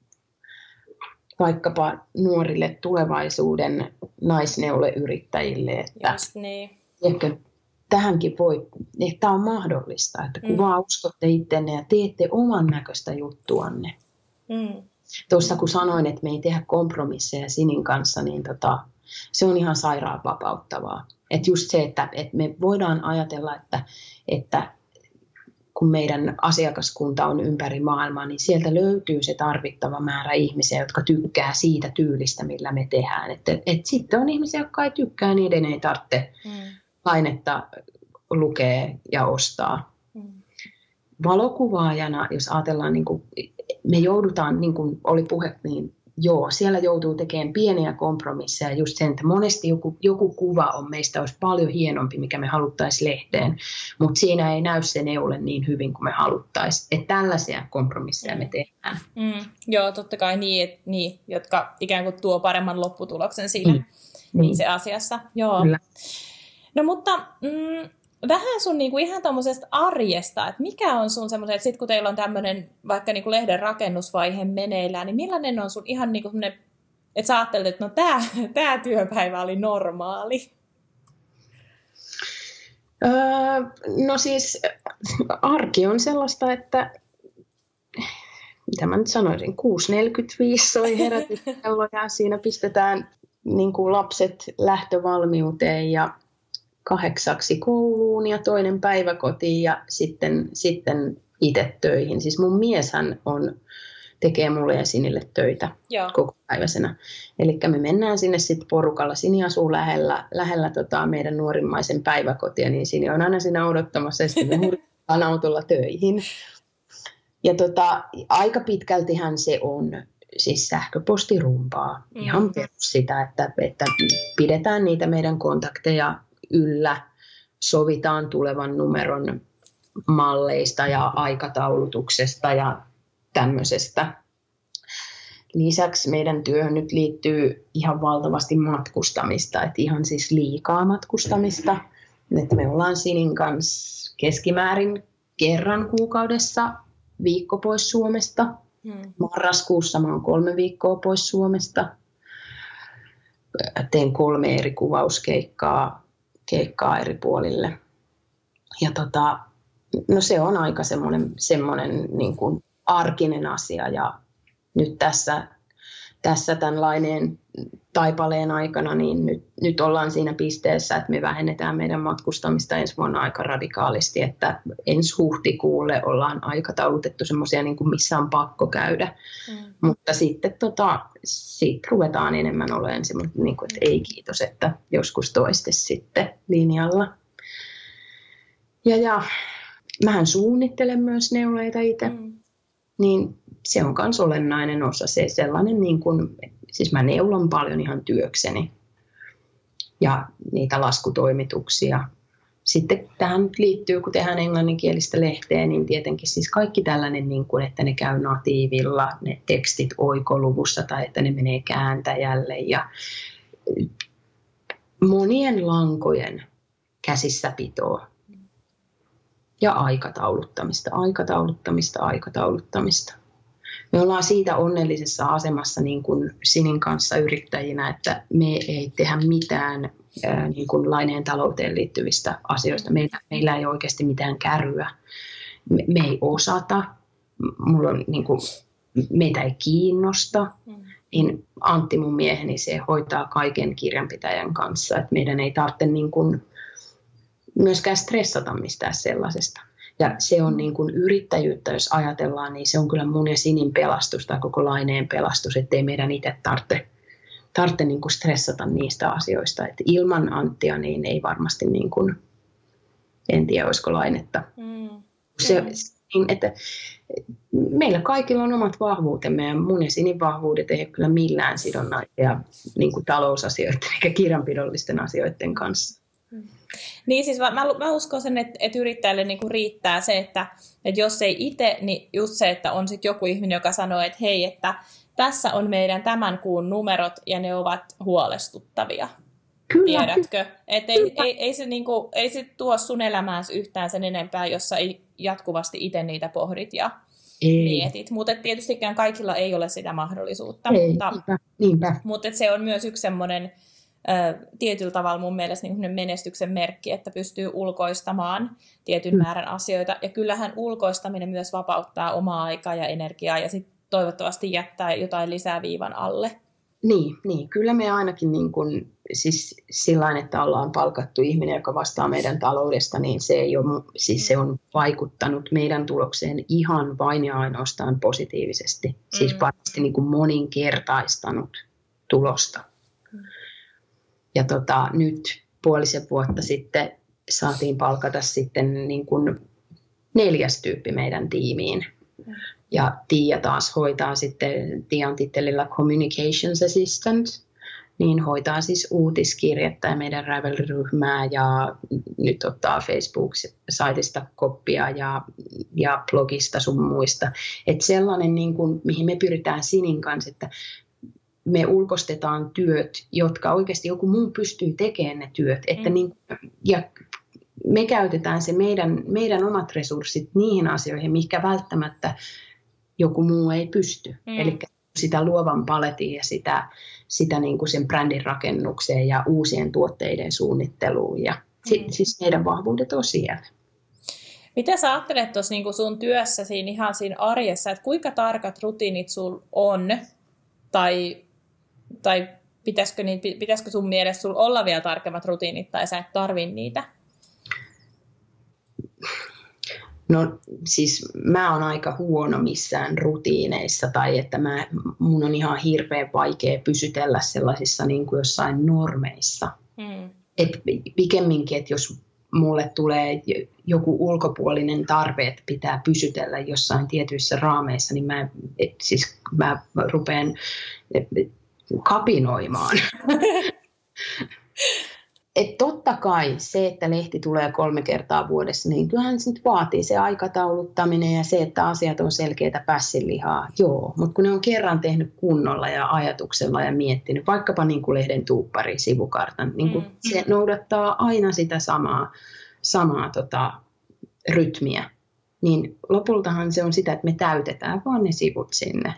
vaikkapa nuorille tulevaisuuden naisneuleyrittäjille, että just niin. ehkä tähänkin voi, että tämä on mahdollista, että kun mm. vaan uskotte ittenne ja teette oman näköistä juttuanne. Mm. Tuossa kun sanoin, että me ei tehdä kompromisseja Sinin kanssa, niin tota, Se on ihan sairaan vapauttavaa. Että just se, että, että me voidaan ajatella, että, että kun meidän asiakaskunta on ympäri maailmaa, niin sieltä löytyy se tarvittava määrä ihmisiä, jotka tykkää siitä tyylistä, millä me tehdään. Että et sitten on ihmisiä, jotka ei tykkää, niiden ei tarvitse mm. lainetta lukea ja ostaa. Mm. Valokuvaajana, jos ajatellaan, niin kuin, me joudutaan, niin kuin oli puhe, niin joo, siellä joutuu tekemään pieniä kompromisseja just sen, että monesti joku, joku kuva on meistä olisi paljon hienompi, mikä me haluttaisiin lehteen, mutta siinä ei näy se neule niin hyvin kuin me haluttaisiin. Että tällaisia kompromisseja me tehdään. Mm, joo, totta kai niin, et, niin, jotka ikään kuin tuo paremman lopputuloksen siinä mm. itse asiassa. Joo. Kyllä. No mutta mm, vähän sun niinku ihan tommosesta arjesta, että mikä on sun semmoinen, että sit kun teillä on tämmöinen vaikka niinku lehden rakennusvaihe meneillään, niin millainen on sun ihan niinku semmoinen, että sä ajattelet, että no tää, tää työpäivä oli normaali? Öö, no siis arki on sellaista, että mitä mä nyt sanoisin, kuusi neljäkymmentäviisi soi herätyskello ja siinä pistetään niin kuin lapset lähtövalmiuteen ja kahdeksaksi kouluun ja toinen päiväkotiin ja sitten, sitten itse töihin. Siis mun mieshän on, tekee mulle ja Sinille töitä Joo. koko päiväisenä. Eli me mennään sinne sitten porukalla. Sini asuu lähellä, lähellä tota meidän nuorimmaisen päiväkotia, niin Sini on aina siinä odottamassa ja sitten me hurjataan autolla töihin. Ja tota, aika pitkältihän se on siis sähköpostirumpaa. Mm. Ihan perus sitä, että, että pidetään niitä meidän kontakteja yllä, sovitaan tulevan numeron malleista ja aikataulutuksesta ja tämmöisestä. Lisäksi meidän työhön nyt liittyy ihan valtavasti matkustamista, että ihan siis liikaa matkustamista. Että me ollaan Sinin kanssa keskimäärin kerran kuukaudessa viikko pois Suomesta. Hmm. Marraskuussa mä oon kolme viikkoa pois Suomesta. Teen kolme eri kuvauskeikkaa keikkaa eri puolille. Ja tota, no se on aika semmoinen, semmoinen niin kuin arkinen asia. Ja nyt tässä, tässä tämän Laineen taipaleen aikana, niin nyt, nyt ollaan siinä pisteessä, että me vähennetään meidän matkustamista ensi vuonna aika radikaalisti, että ensi huhtikuulle ollaan aikataulutettu semmoisia, niin kuin missä on pakko käydä. Mm. Mutta sitten tota, siitä ruvetaan enemmän olemaan semmoinen, niin kuin, että ei kiitos, että joskus toiste sitten linjalla. Ja, ja mähän suunnittelen myös neuleita itse, mm. niin se on myös olennainen osa, se sellainen, niin kuin, siis mä neulon paljon ihan työkseni ja niitä laskutoimituksia. Sitten tähän liittyy, kun tehdään englanninkielistä lehteä, niin tietenkin siis kaikki tällainen, niin kuin, että ne käy natiivilla, ne tekstit oikoluvussa tai että ne menee kääntäjälle ja monien lankojen käsissäpitoa ja aikatauluttamista, aikatauluttamista, aikatauluttamista. Me ollaan siitä onnellisessa asemassa niin kuin Sinin kanssa yrittäjinä, että me ei tehdä mitään ää, niin kuin Laineen talouteen liittyvistä asioista. Meillä, meillä ei oikeasti mitään kärryä. Me, me ei osata, mulla on, niin kuin, meitä ei kiinnosta. Niin Antti, mun mieheni, se hoitaa kaiken kirjanpitäjän kanssa. Että meidän ei tarvitse niin kuin myöskään stressata mistään sellaisesta. Ja se on niin kuin yrittäjyyttä, jos ajatellaan, niin se on kyllä mun ja Sinin pelastus tai koko Laineen pelastus, ettei meidän itse tarvitse, tarvitse niin kuin stressata niistä asioista. Et ilman Anttia niin ei varmasti, niin kuin, en tiedä olisiko Lainetta. Mm. Se, että meillä kaikilla on omat vahvuutemme ja mun ja Sinin vahvuudet ei ole kyllä millään sidonnaisia niin kuin talousasioiden eikä kirjanpidollisten asioiden kanssa. Mm. Niin siis mä, mä uskon sen, että, että yrittäjälle niinku riittää se, että, että jos ei itse, niin just se, että on sitten joku ihminen, joka sanoo, että hei, että tässä on meidän tämän kuun numerot ja ne ovat huolestuttavia. Kyllä. Tiedätkö? Että ei, ei, ei, se niinku, ei se tuo sun elämääsi yhtään sen enempää, jos sä jatkuvasti itse niitä pohdit ja ei. mietit. Mutta tietystikään kaikilla ei ole sitä mahdollisuutta. Ei, mutta niinpä, niinpä. mutta se on myös yksi semmoinen tietyllä tavalla mun mielestä niin menestyksen merkki, että pystyy ulkoistamaan tietyn mm. määrän asioita. Ja kyllähän ulkoistaminen myös vapauttaa omaa aikaa ja energiaa ja sitten toivottavasti jättää jotain lisää viivan alle. Niin, niin, kyllä me ainakin niin kuin, siis sillain, että ollaan palkattu ihminen, joka vastaa meidän taloudesta, niin se, ei ole, siis se on vaikuttanut meidän tulokseen ihan vain ja ainoastaan positiivisesti. Mm. Siis varmasti niin kuin moninkertaistanut tulosta. Mm. Ja tota, nyt puolisen vuotta sitten saatiin palkata sitten niin kuin neljäs tyyppi meidän tiimiin. Mm. Ja Tiia taas hoitaa sitten, Tiian tittelillä Communications Assistant, niin hoitaa siis uutiskirjettä ja meidän Ravel-ryhmää ja nyt ottaa Facebook-saitista koppia ja, ja blogista sun muista. Että sellainen, niin kuin, mihin me pyritään Sinin kanssa, että me ulkostetaan työt, jotka oikeasti joku muu pystyy tekemään ne työt. Että mm. niin, ja me käytetään se meidän, meidän omat resurssit niihin asioihin, mikä välttämättä joku muu ei pysty. Mm. Eli sitä luovan paletin ja sitä, sitä niin kuin sen brändin rakennukseen ja uusien tuotteiden suunnitteluun. Ja mm. siis meidän vahvuudet on siellä. Mitä sä ajattelet tuossa niin kuin sun työssä siinä, ihan siinä arjessa, että kuinka tarkat rutiinit sul on? Tai, tai pitäisikö, niitä, pitäisikö sun mielestä sul olla vielä tarkemmat rutiinit tai sä et tarvii niitä? No siis mä oon aika huono missään rutiineissa tai että mä, mun on ihan hirveän vaikea pysytellä sellaisissa niin kuin jossain normeissa. Mm. Et pikemminkin, että jos mulle tulee joku ulkopuolinen tarve, että pitää pysytellä jossain tietyissä raameissa, niin mä, et, siis mä rupean kapinoimaan. Et totta kai se, että lehti tulee kolme kertaa vuodessa, niin kyllähän se nyt vaatii se aikatauluttaminen ja se, että asiat on selkeää pässinlihaa. Joo, mutta kun ne on kerran tehnyt kunnolla ja ajatuksella ja miettinyt, vaikkapa niin kuin lehden tuuppari, sivukartan, niin kuin mm. se noudattaa aina sitä samaa, samaa tota, rytmiä. Niin lopultahan se on sitä, että me täytetään vaan ne sivut sinne.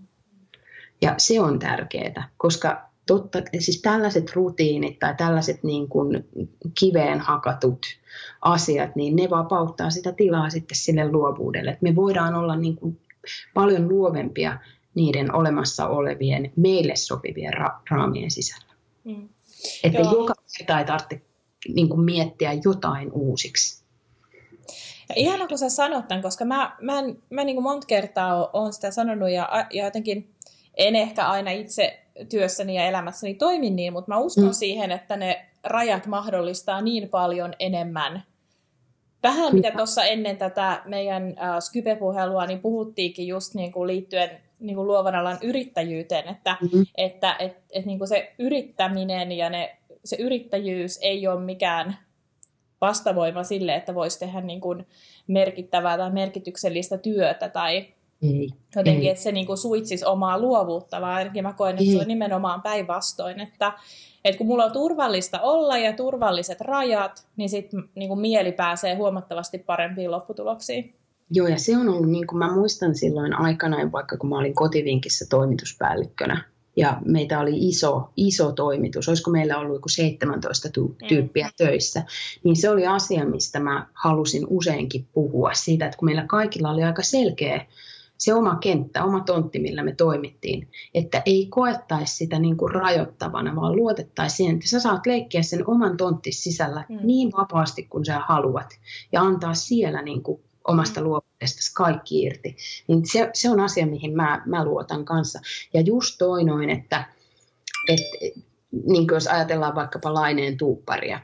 Ja se on tärkeää, koska totta, siis tällaiset rutiinit tai tällaiset niin kuin kiveen hakatut asiat, niin ne vapauttaa sitä tilaa sitten sille luovuudelle. Että me voidaan olla niin kuin paljon luovempia niiden olemassa olevien, meille sopivien ra- raamien sisällä. Mm. Että Joo. joka kerta ei tarvitse niin kuin miettiä jotain uusiksi. Ja ihana, kun sä sanot tämän, koska mä, mä, mä niin kuin monta kertaa olen sitä sanonut ja, ja jotenkin en ehkä aina itse työssäni ja elämässäni toimi niin, mutta mä uskon mm. siihen, että ne rajat mahdollistaa niin paljon enemmän. Vähän mitä tuossa ennen tätä meidän äh, Skype-puhelua niin puhuttiinkin just niin kuin liittyen niin kuin luovan alan yrittäjyyteen, että, mm-hmm. että et, et, niin kuin se yrittäminen ja ne, se yrittäjyys ei ole mikään vastavoima sille, että voisi tehdä niin kuin merkittävää tai merkityksellistä työtä tai Ei, jotenkin, ei. Että se niinku suitsisi omaa luovuutta, vaan ainakin mä koen, että ei. Se on nimenomaan päinvastoin, että, että kun mulla on turvallista olla ja turvalliset rajat, niin sitten niinku mieli pääsee huomattavasti parempiin lopputuloksiin. Joo, ja se on ollut, niin kuin mä muistan silloin aikanaan, vaikka kun mä olin Kotivinkissä toimituspäällikkönä, ja meitä oli iso, iso toimitus, olisiko meillä ollut joku seitsemäntoista tyyppiä mm. töissä, niin se oli asia, mistä mä halusin useinkin puhua siitä, että kun meillä kaikilla oli aika selkeä se oma kenttä, oma tontti, millä me toimittiin, että ei koettaisi sitä niin kuin rajoittavana, vaan luotettaisiin siihen, että sä saat leikkiä sen oman tonttis sisällä mm. niin vapaasti kuin sä haluat ja antaa siellä niin kuin omasta mm. luovuudestasi kaikki irti. Niin se, se on asia, mihin mä, mä luotan kanssa. Ja just toi noin, että, että niin kuin jos ajatellaan vaikkapa Laineen tuupparia,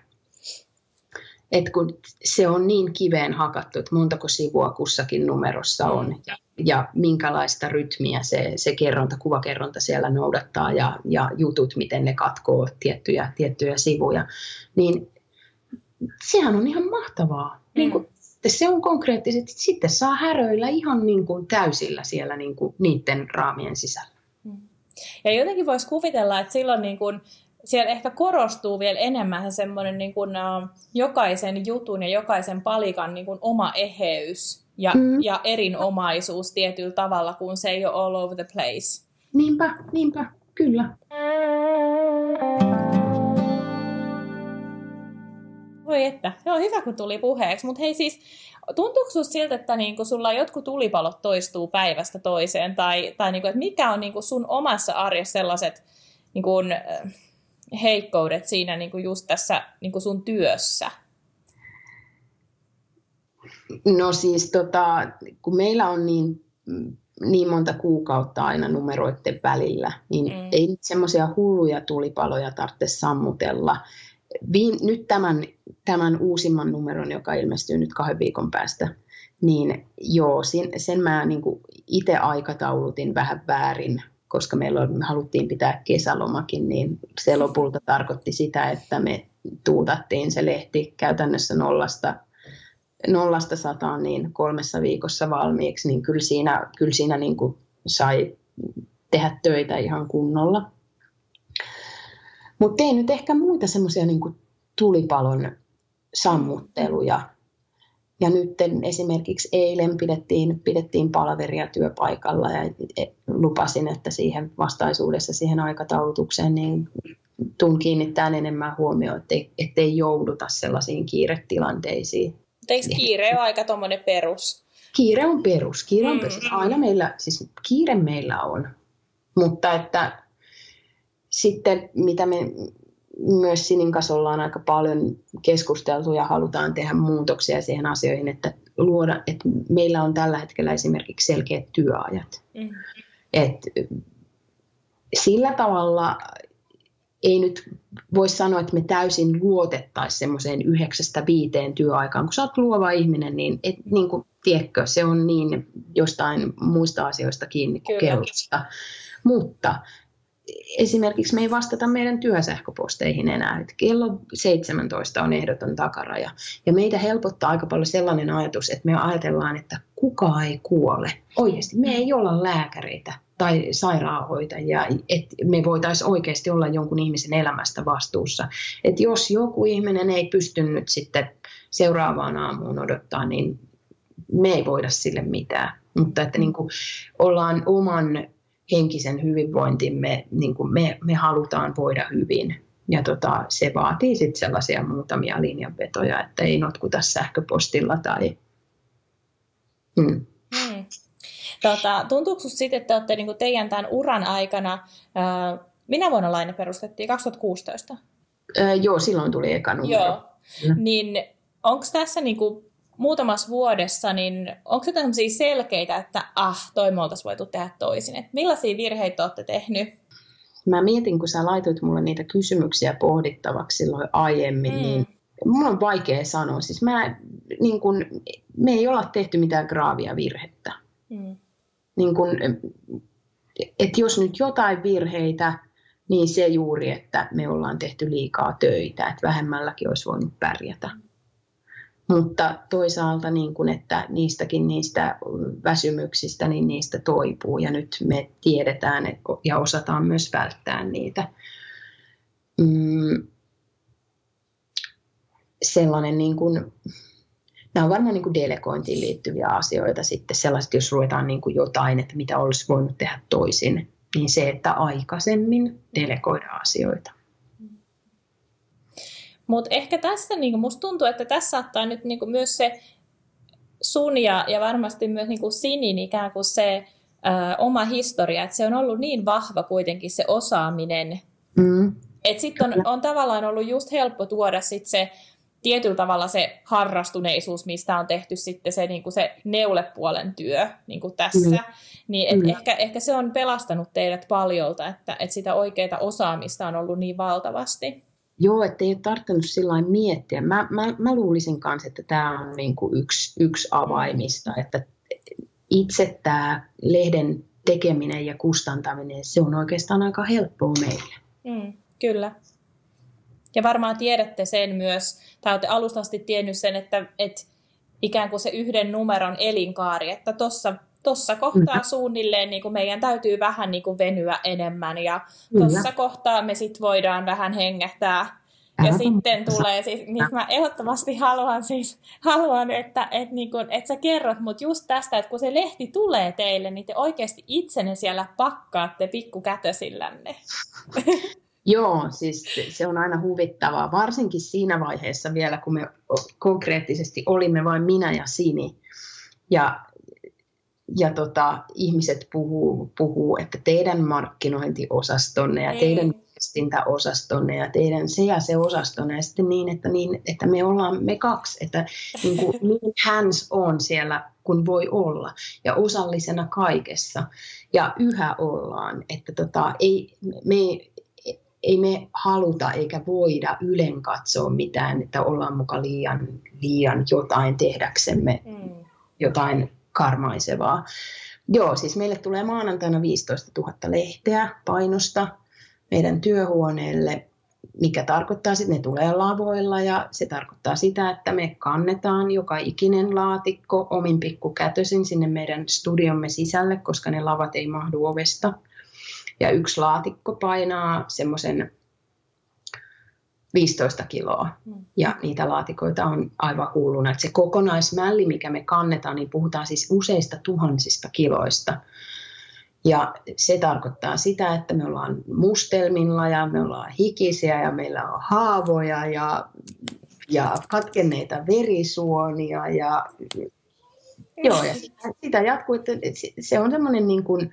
että kun se on niin kiveen hakattu, että montako sivua kussakin numerossa on ja, ja minkälaista rytmiä se, se kerronta, kuvakerronta siellä noudattaa ja, ja jutut, miten ne katkoo tiettyjä, tiettyjä sivuja, niin sehän on ihan mahtavaa. Mm. Niin kuin, se on konkreettisesti, sitten saa häröillä ihan niin kuin täysillä siellä niin kuin niiden raamien sisällä. Ja jotenkin voisi kuvitella, että silloin niin kuin siellä ehkä korostuu vielä enemmän semmoinen niin kuin, uh, jokaisen jutun ja jokaisen palikan niin kuin oma eheys ja, mm. ja erinomaisuus tietyllä tavalla, kun se ei ole all over the place. Niinpä, niinpä, kyllä. Voi että, se on hyvä kun tuli puheeksi, mutta hei siis, tuntuuko sinusta siltä, että niinku sulla jotkut tulipalot toistuu päivästä toiseen, tai, tai niinku, että mikä on niinku sun omassa arjessa sellaiset niin kuin, heikkoudet siinä niin kuin just tässä niin kuin sun työssä? No siis tota, kun meillä on niin, niin monta kuukautta aina numeroiden välillä, niin mm. ei semmoisia hulluja tulipaloja tarvitse sammutella. Viin, nyt tämän, tämän uusimman numeron, joka ilmestyy nyt kahden viikon päästä, niin joo, sen, sen mä niin kuin itse aikataulutin vähän väärin, koska meillä me haluttiin pitää kesälomakin, niin se lopulta tarkoitti sitä, että me tuutattiin se lehti käytännössä nollasta, nollasta sataan niin kolmessa viikossa valmiiksi, niin kyllä siinä, kyllä siinä niin kuin sai tehdä töitä ihan kunnolla. Mutta ei nyt ehkä muita semmoisia niin kuin tulipalon sammutteluja. Ja nyt esimerkiksi eilen pidettiin, pidettiin palaveria työpaikalla ja lupasin, että siihen vastaisuudessa siihen aikataulutukseen niin tuun kiinnittämään enemmän huomioon, ettei, ettei jouduta sellaisiin kiiretilanteisiin. Eikö kiire ole aika tuommoinen perus? Kiire on perus. Kiire on perus. Aina meillä, siis kiire meillä on, mutta että sitten mitä me myös Sinin kanssa ollaan aika paljon keskusteltu ja halutaan tehdä muutoksia siihen asioihin, että luoda, että meillä on tällä hetkellä esimerkiksi selkeät työajat. Mm. Et sillä tavalla ei nyt voi sanoa, että me täysin luotettaisiin semmoiseen yhdeksästä viiteen työaikaan. Kun sä oot luova ihminen, niin, et, niin kuin, tiedätkö, se on niin jostain muista asioista kiinni kuin kellosta. Mutta esimerkiksi me ei vastata meidän työsähköposteihin enää, että kello seitsemäntoista on ehdoton takaraja. Ja meitä helpottaa aika paljon sellainen ajatus, että me ajatellaan, että kukaan ei kuole. Oikeasti me ei olla lääkäreitä tai sairaanhoitajia, että me voitaisiin oikeasti olla jonkun ihmisen elämästä vastuussa. Että jos joku ihminen ei pysty nyt sitten seuraavaan aamuun odottaa, niin me ei voida sille mitään. Mutta että niin kuin ollaan oman henkisen hyvinvointimme, niin kuin me, me halutaan voida hyvin. Ja tota, se vaatii sitten sellaisia muutamia linjanvetoja, että ei notkuta sähköpostilla tai... Hmm. Hmm. Tota, tuntuuko sinusta sitten, että olette niin teidän tämän uran aikana, ää, minä vuonna Laine perustettiin, kaksituhattakuusitoista? Ää, joo, silloin tuli eka numero. Joo, hmm. niin onko tässä niin kuin muutamassa vuodessa, niin onko se tämmöisiä selkeitä, että ah, toi me oltaisiin voitu tehdä toisin? Et millaisia virheitä olette tehnyt? Mä mietin, kun sä laitoit mulle niitä kysymyksiä pohdittavaksi silloin aiemmin, mm. niin mun on vaikea sanoa. Siis mä, niin kun, me ei olla tehty mitään graavia virhettä. Mm. Niin kun, et jos nyt jotain virheitä, niin se juuri, että me ollaan tehty liikaa töitä, että vähemmälläkin olisi voinut pärjätä. Mutta toisaalta, niin kun, että niistäkin niistä väsymyksistä, niin niistä toipuu. Ja nyt me tiedetään ja osataan myös välttää niitä. Mm, sellainen, niin kun, nämä on varmaan niin kun delegointiin liittyviä asioita sitten. Sellaiset, jos ruvetaan niin kun jotain, että mitä olisi voinut tehdä toisin, niin se, että aikaisemmin delegoidaan asioita. Mutta ehkä tässä niin musta tuntuu, että tässä saattaa nyt niin myös se sun ja, ja varmasti myös niin Sinin ikään kuin se ö, oma historia, että se on ollut niin vahva kuitenkin se osaaminen, mm. että sitten on, on tavallaan ollut just helppo tuoda sit se tietyllä tavalla se harrastuneisuus, mistä on tehty sitten se, niin se neulepuolen työ niin tässä, mm. niin et mm. ehkä, ehkä se on pelastanut teidät paljolta, että, että sitä oikeaa osaamista on ollut niin valtavasti. Joo, ettei ole tarvinnut sillain miettiä. Mä, mä, mä luulisin kanssa, että tämä on niinku yksi, yksi avaimista, että itse tämä lehden tekeminen ja kustantaminen, se on oikeastaan aika helppoa meille. Mm, kyllä. Ja varmaan tiedätte sen myös, tai olette alusta asti tiennyt sen, että, että ikään kuin se yhden numeron elinkaari, että tuossa Tuossa kohtaa mm. suunnilleen niin kuin meidän täytyy vähän niin kuin venyä enemmän ja tuossa kohtaa me sitten voidaan vähän hengähtää. Ja Älä sitten on. tulee, siis, mistä mä ehdottomasti haluan, siis, haluan että, että, niin kuin, että sä kerrot, mutta just tästä, että kun se lehti tulee teille, niin te oikeasti itsenne siellä pakkaatte pikkukätösillänne. Joo, siis se on aina huvittavaa, varsinkin siinä vaiheessa vielä, kun me konkreettisesti olimme vain minä ja Sini. Ja ja tota, ihmiset puhuu, puhuu, että teidän markkinointiosastonne ja teidän viestintäosastonne ja teidän se ja se osastonne ja sitten niin, että, niin, että me ollaan me kaksi, että niin, kuin, niin hands on siellä kun voi olla ja osallisena kaikessa ja yhä ollaan, että tota, ei, me, ei me haluta eikä voida ylen katsoa mitään, että ollaan muka liian, liian jotain tehdäksemme mm. jotain karmaisevaa. Joo, siis meille tulee maanantaina viisitoistatuhatta lehteä painosta meidän työhuoneelle, mikä tarkoittaa, että ne tulee lavoilla ja se tarkoittaa sitä, että me kannetaan joka ikinen laatikko omin pikkukätösin sinne meidän studiomme sisälle, koska ne lavat ei mahdu ovesta. Ja yksi laatikko painaa semmoisen viisitoista kiloa ja niitä laatikoita on aivan hulluna. Että se kokonaismälli, mikä me kannetaan, niin puhutaan siis useista tuhansista kiloista. Ja se tarkoittaa sitä, että me ollaan mustelmilla ja me ollaan hikisiä ja meillä on haavoja ja, ja katkenneita verisuonia. Ja, joo, ja sitä, sitä jatkuu, että se on semmoinen niin kuin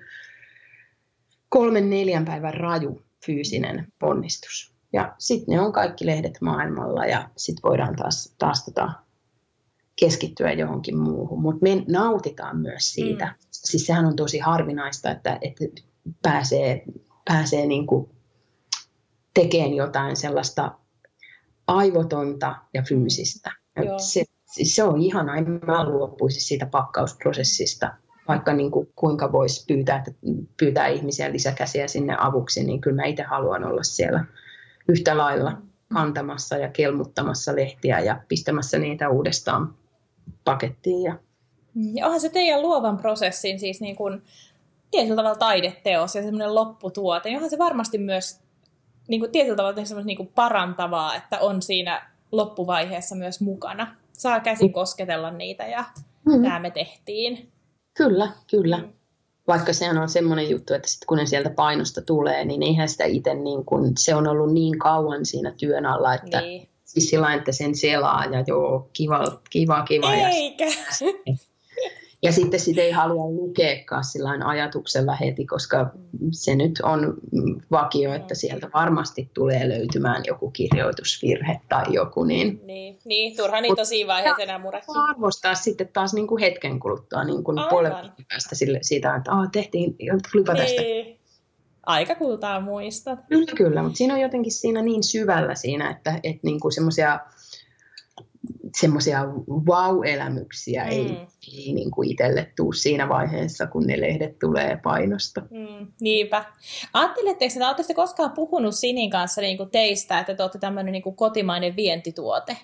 kolmen neljän päivän raju fyysinen ponnistus. Ja sitten ne on kaikki lehdet maailmalla ja sitten voidaan taas, taas tota keskittyä johonkin muuhun. Mutta me nautitaan myös siitä. Mm. Siis sehän on tosi harvinaista, että, että pääsee, pääsee niinku tekemään jotain sellaista aivotonta ja fyysistä. Se, se on ihanaa. En mä luopuisi siitä pakkausprosessista. Vaikka niin kuin, kuinka voisi pyytää, pyytää ihmisiä lisäkäsiä sinne avuksi, niin kyllä mä itse haluan olla siellä yhtä lailla kantamassa ja kelmuttamassa lehtiä ja pistämässä niitä uudestaan pakettiin. Ja... Ja onhan se teidän luovan prosessin siis niin kuin tietyllä tavalla taideteos ja semmoinen lopputuote, niin onhan se varmasti myös niin kuin tietyllä tavalla semmoista niin kuin parantavaa, että on siinä loppuvaiheessa myös mukana. Saa käsin kosketella niitä ja mm. tämä me tehtiin. Kyllä, kyllä. Mm. Vaikka sehän on semmoinen juttu, että sit kun ne sieltä painosta tulee, niin eihän sitä itse niin kuin, se on ollut niin kauan siinä työn alla, että niin. Siis sillä että sen selaa ja joo, kiva, kiva, kiva. Eikä. Ja, ja sitten sitä ei halua lukeekaan sillain ajatuksella heti, koska se nyt on vakio, että sieltä varmasti tulee löytymään joku kirjoitusvirhe tai joku. Niin, niin, niin turha niitä on siinä vaiheessa enää murehtia. Arvostaa sitten taas niin kuin hetken kuluttua niin kuin puolen päästä sille, siitä, että ah, tehtiin, tulipa niin. Tästä. Aika kultaa muistat. Kyllä, kyllä, mutta siinä on jotenkin siinä niin syvällä siinä, että, että niin kuin semmoisia semmoisia wow-elämyksiä mm. ei, ei niin kuin itselle tule siinä vaiheessa, kun ne lehdet tulee painosta. Mm, niinpä. Ajatteletteko, että oletteko koskaan puhunut Sinin kanssa niin kuin teistä, että te olette tämmöinen niin kuin kotimainen vientituote?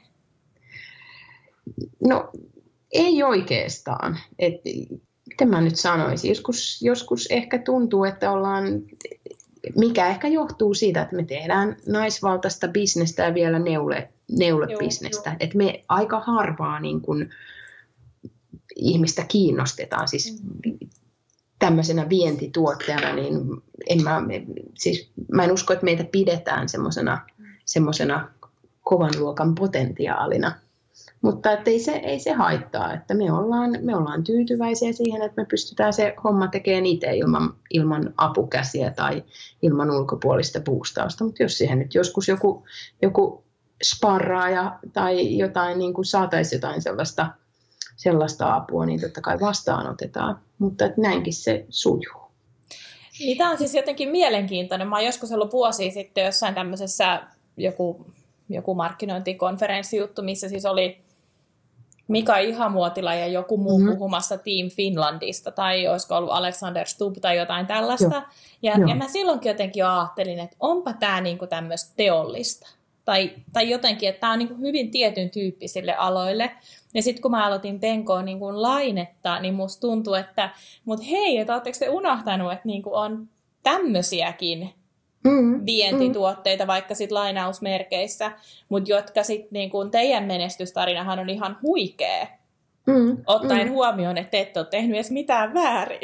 No, ei oikeastaan. Et, miten mä nyt sanoisin? Joskus, joskus ehkä tuntuu, että ollaan... Mikä ehkä johtuu siitä, että me tehdään naisvaltaista bisnestä ja vielä neule, neulebisnestä. Että me aika harvaa niin kun, ihmistä kiinnostetaan. Siis mm. tämmöisenä vientituotteena, niin en mä, siis mä en usko, että meitä pidetään semmoisena semmosena kovan luokan potentiaalina. Mutta että ei, se, ei se haittaa, että me ollaan, me ollaan tyytyväisiä siihen, että me pystytään se homma tekemään itse ilman, ilman apukäsiä tai ilman ulkopuolista boostausta. Mutta jos siihen nyt joskus joku, joku sparraaja tai jotain, niin kuin saataisiin jotain sellaista, sellaista apua, niin totta kai vastaanotetaan. Mutta että näinkin se sujuu. Niin tämä on siis jotenkin mielenkiintoinen. Mä oon joskus ollut vuosia sitten jossain tämmöisessä joku... joku markkinointikonferenssijuttu, missä siis oli Mika Ihamuotila ja joku muu mm-hmm. puhumassa Team Finlandista, tai olisiko ollut Alexander Stubb tai jotain tällaista. Joo. Ja, Joo. ja mä silloinkin jotenkin ajattelin, että onpa tämä niinku tämmöistä teollista. Tai, tai jotenkin, että tämä on niinku hyvin tietyn tyyppisille aloille. Ja sitten kun mä aloitin penkoon niinku lainetta, niin musta tuntuu, että mut hei, että ootteko te unohtanut, että niinku on tämmöisiäkin Mm, vientituotteita, mm. vaikka sit lainausmerkeissä, mutta jotka sitten niin teidän menestystarinahan on ihan huikea, mm, ottaen mm. huomioon, että te ette ole tehnyt edes mitään väärin.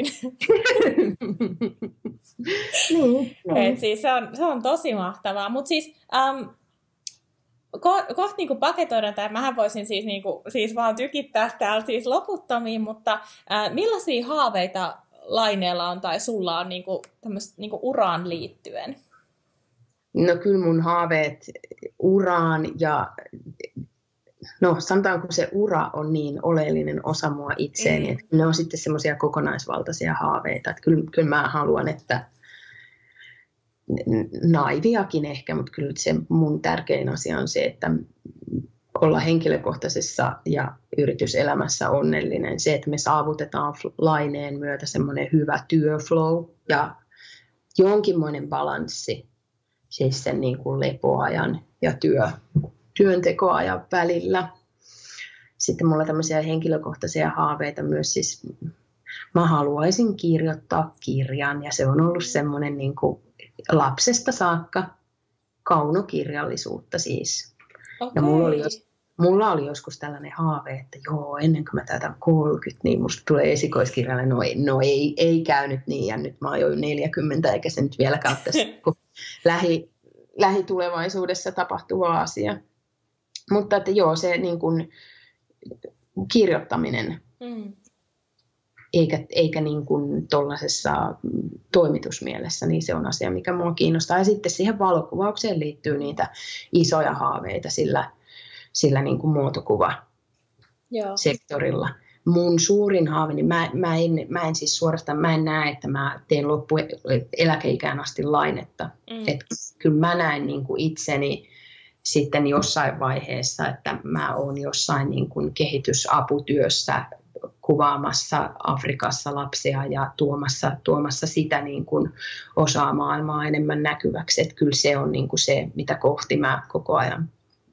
niin, Et siis se, on, se on tosi mahtavaa. Mutta siis, ähm, ko- kohta niin kuin paketoidaan tämä. Mähän voisin siis, niin kuin, siis vaan tykittää täällä siis loputtomiin, mutta ää, millaisia haaveita Laineella on tai sulla on niin kuin, tämmöistä niin kuin uraan liittyen? No kyllä mun haaveet uraan ja no sanotaanko se ura on niin oleellinen osa mua itseäni, mm. että ne on sitten semmoisia kokonaisvaltaisia haaveita. Että kyllä, kyllä mä haluan, että naiviakin ehkä, mutta kyllä se mun tärkein asia on se, että olla henkilökohtaisessa ja yrityselämässä onnellinen. Se, että me saavutetaan Laineen myötä semmoinen hyvä työflow ja jonkinmoinen balanssi siis sen niin kuin lepoajan ja työ, työntekoajan välillä. Sitten mulla on tämmöisiä henkilökohtaisia haaveita myös. Siis mä haluaisin kirjoittaa kirjan ja se on ollut semmoinen niin kuin lapsesta saakka kaunokirjallisuutta siis. Okay. Ja mulla oli, jos, mulla oli joskus tällainen haave, että joo, ennen kuin mä täytän kolmekymmentä, niin musta tulee esikoiskirjalle. No, ei, no ei, ei käynyt niin, ja nyt mä oon jo neljäkymmentä, eikä se nyt vieläkään ole tässä lähi, lähitulevaisuudessa tapahtuva asia. Mutta että joo, se niin kuin kirjoittaminen, mm. eikä, eikä niin kuin tuollaisessa toimitusmielessä, niin se on asia, mikä mua kiinnostaa. Ja sitten siihen valokuvaukseen liittyy niitä isoja haaveita sillä, sillä niin kuin muotokuvasektorilla. Mun suurin haave, niin mä, mä, en, mä en siis suorastaan, mä en näe, että mä teen loppueläkeikään asti Lainetta. Mm. Et kyllä mä näen niin kuin itseni sitten jossain vaiheessa, että mä oon jossain niin kuin kehitysaputyössä kuvaamassa Afrikassa lapsia ja tuomassa, tuomassa sitä niin kuin osaa maailmaa enemmän näkyväksi. Että kyllä se on niin kuin se, mitä kohti mä koko ajan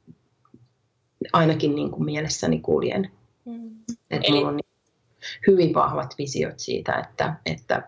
ainakin niin kuin mielessäni kuljen. Mm. Että Eli... mulla on hyvin vahvat visiot siitä, että, että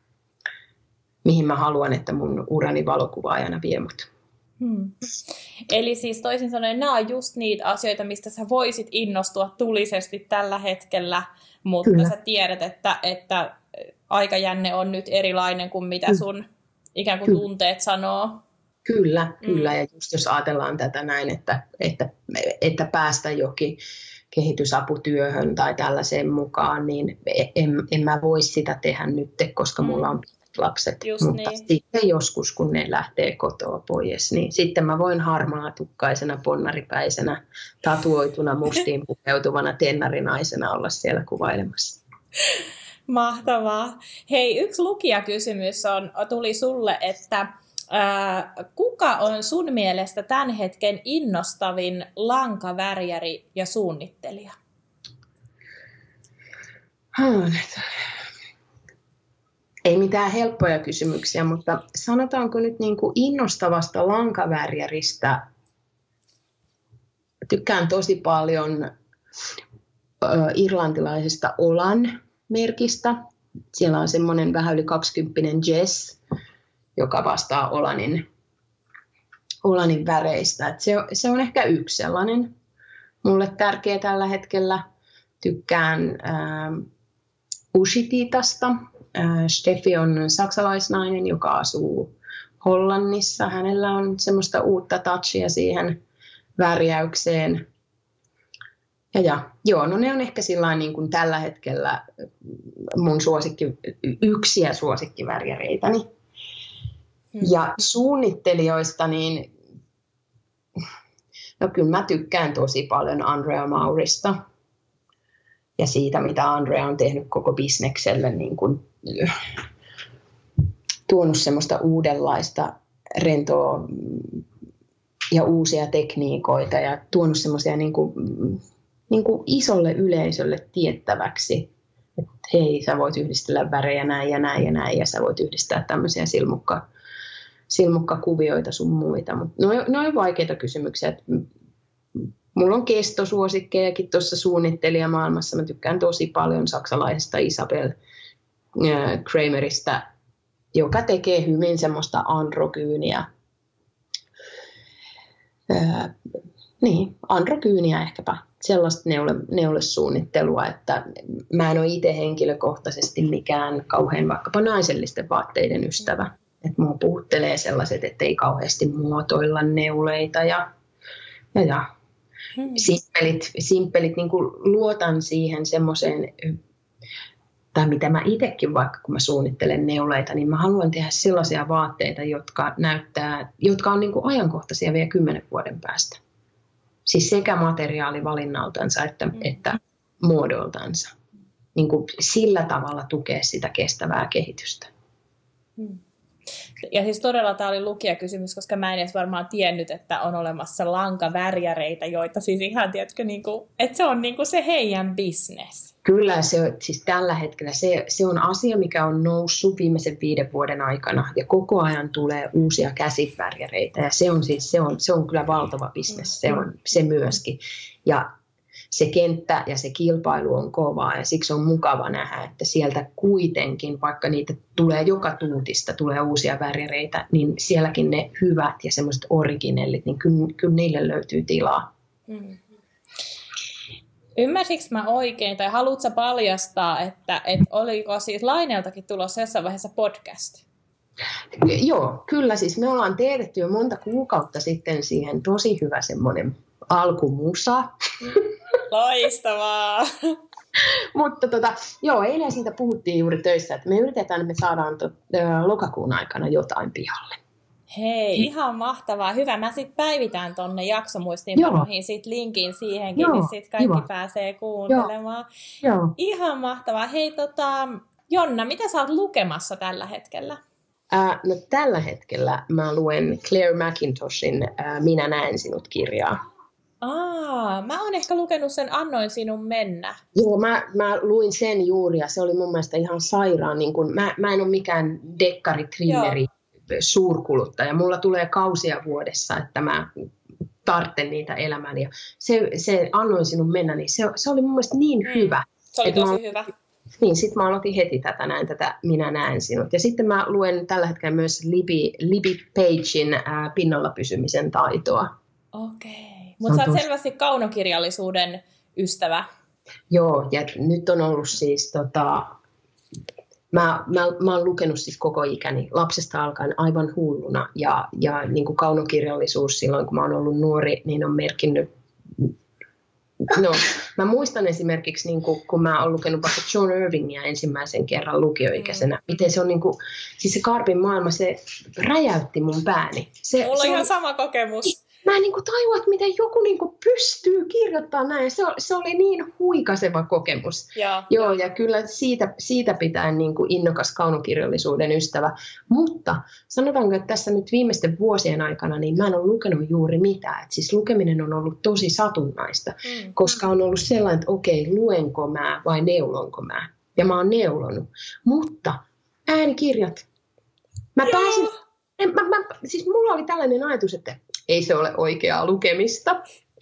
mihin mä haluan, että mun urani valokuvaajana vie mut. Hmm. Eli siis toisin sanoen nämä on just niitä asioita, mistä sä voisit innostua tulisesti tällä hetkellä, mutta Kyllä. sä tiedät, että, että aikajänne on nyt erilainen kuin mitä sun ikään kuin tunteet sanoo. Kyllä, kyllä. Mm. Ja just jos ajatellaan tätä näin, että, että, että päästä jokin kehitysaputyöhön tai tällaiseen mukaan, niin en, en mä voi sitä tehdä nyt, koska mm. mulla on lapset, just mutta niin. Sitten joskus, kun ne lähtee kotoa pois, niin sitten mä voin harmaatukkaisena, ponnaripäisenä, tatuoituna, mustiin pukeutuvana tennarinaisena olla siellä kuvailemassa. Mahtavaa. Hei, yksi lukijakysymys on, tuli sulle, että ää, kuka on sun mielestä tämän hetken innostavin lankavärjäri ja suunnittelija? Hmm. Ei mitään helppoja kysymyksiä, mutta sanotaanko nyt niin kuin innostavasta lankavärjäristä. Tykkään tosi paljon ö, irlantilaisesta Olan merkistä. Siellä on semmoinen vähän yli kaksikymppinen Jess, joka vastaa Olanin, Olanin väreistä. Et se, se on ehkä yksi sellainen mulle tärkeä tällä hetkellä. Tykkään äh, Ushititasta. Steffi on saksalaisnainen, joka asuu Hollannissa. Hänellä on semmoista uutta touchia siihen värjäykseen. Ja, ja joo, no ne on ehkä sillain niin kuin tällä hetkellä mun suosikki, yksiä suosikkivärjäreitäni. Hmm. Ja suunnittelijoista, niin no kyllä mä tykkään tosi paljon Andrea Maurista. Ja siitä, mitä Andrea on tehnyt koko bisnekselle, niin kuin tuonut semmoista uudenlaista rentoa ja uusia tekniikoita ja tuonut semmoisia niin kuin, niin kuin isolle yleisölle tiettäväksi, että hei, sä voit yhdistellä värejä näin ja näin ja näin ja sä voit yhdistää tämmöisiä silmukka, silmukkakuvioita sun muita. Mutta ne, ne on vaikeita kysymyksiä. Mulla on kestosuosikkejakin tuossa suunnittelijamaailmassa. Mä tykkään tosi paljon saksalaisesta Isabel äh, Kramerista, joka tekee hyvin semmoista androgyyniä. Äh, niin, androgyyniä ehkäpä. Sellaista neule, neulesuunnittelua, että mä en ole itse henkilökohtaisesti mikään kauhean vaikkapa naisellisten vaatteiden ystävä. Että mua puhuttelee sellaiset, että ei kauheasti muotoilla neuleita ja Ja, ja. Hmm. Simppelit, simppelit niin kuin luotan siihen semmoiseen, tai mitä mä itsekin vaikka kun mä suunnittelen neuleita, niin mä haluan tehdä sellaisia vaatteita, jotka näyttää, jotka on niin kuin ajankohtaisia vielä kymmenen vuoden päästä. Siis sekä materiaalivalinnaltansa että, hmm. että muodoltansa. Niin kuin sillä tavalla tukea sitä kestävää kehitystä. Hmm. Ja siis todella tämä oli lukijakysymys, koska mä en edes varmaan tiennyt, että on olemassa lankavärjäreitä, joita siis ihan, tiedätkö, niin kuin, että se on niin kuin se heidän business. Kyllä, se, siis tällä hetkellä se, se on asia, mikä on noussut viimeisen viiden vuoden aikana, ja koko ajan tulee uusia käsivärjäreitä, ja se on, siis, se on, se on kyllä valtava business, se on se myöskin. Ja se kenttä ja se kilpailu on kovaa ja siksi on mukava nähdä, että sieltä kuitenkin, vaikka niitä tulee joka tuutista, tulee uusia värjäreitä, niin sielläkin ne hyvät ja semmoiset originellit, niin kyllä, kyllä niille löytyy tilaa. Mm. Ymmärsikö mä oikein, tai haluatko paljastaa, että, että oliko siis Laineltakin tulossa jossain vaiheessa podcast? Joo, kyllä siis me ollaan teetetty jo monta kuukautta sitten siihen tosi hyvä semmoinen alkumusa. Loistavaa! Mutta tota, joo, eilen siitä puhuttiin juuri töissä, että me yritetään, että me saadaan to, ö, lokakuun aikana jotain pihalle. Hei, ihan mahtavaa. Hyvä, mä sitten päivitän tonne jaksomuistiinpanoihin sit linkin siihenkin, joo, niin sitten kaikki kiva. Pääsee kuuntelemaan. Joo. Joo. Ihan mahtavaa. Hei, tota, Jonna, mitä sä oot lukemassa tällä hetkellä? Äh, no tällä hetkellä mä luen Claire McIntoshin äh, Minä näen sinut -kirjaa. Aa, mä oon ehkä lukenut sen Annoin sinun mennä. Joo, mä, mä luin sen juuri ja se oli mun mielestä ihan sairaan. Niin kun, mä, mä en ole mikään dekkari-trilleri suurkuluttaja. Mulla tulee kausia vuodessa, että mä tartten niitä elämään. Ja se, se Annoin sinun mennä, niin se, se oli mun mielestä niin mm. hyvä. Se oli tosi mä, hyvä. Niin, sitten mä aloitin heti tätä, näin tätä Minä näen sinut. Ja sitten mä luen tällä hetkellä myös Libby, Libby Pagein äh, Pinnalla pysymisen taitoa. Okei. Okay. Mutta sä oot tos... selvästi kaunokirjallisuuden ystävä. Joo, ja nyt on ollut siis, tota, mä, mä, mä oon lukenut siis koko ikäni lapsesta alkaen aivan hulluna. Ja, ja niin kuin kaunokirjallisuus silloin, kun mä oon ollut nuori, niin on merkinnyt. No, mä muistan esimerkiksi, niin kuin, kun mä oon lukenut vaikka John Irvingia ensimmäisen kerran lukioikäisenä, mm. miten se on niin kuin, siis se Karpin maailma, se räjäytti mun pääni. Se, Mulla se on ihan on... sama kokemus. Mä en niin kuin tajua, että miten joku niin kuin pystyy kirjoittamaan näin. Se, se oli niin huikaseva kokemus. Ja, Joo, ja kyllä siitä, siitä pitää niin kuin innokas kaunokirjallisuuden ystävä. Mutta sanotaanko, että tässä nyt viimeisten vuosien aikana niin mä en ole lukenut juuri mitään. Et siis lukeminen on ollut tosi satunnaista, mm. koska on ollut sellainen, että okei, luenko mä vai neulonko mä. Ja mä oon neulonut. Mutta äänikirjat. Mä pääsin... En, mä, mä, siis mulla oli tällainen ajatus, että ei se ole oikeaa lukemista.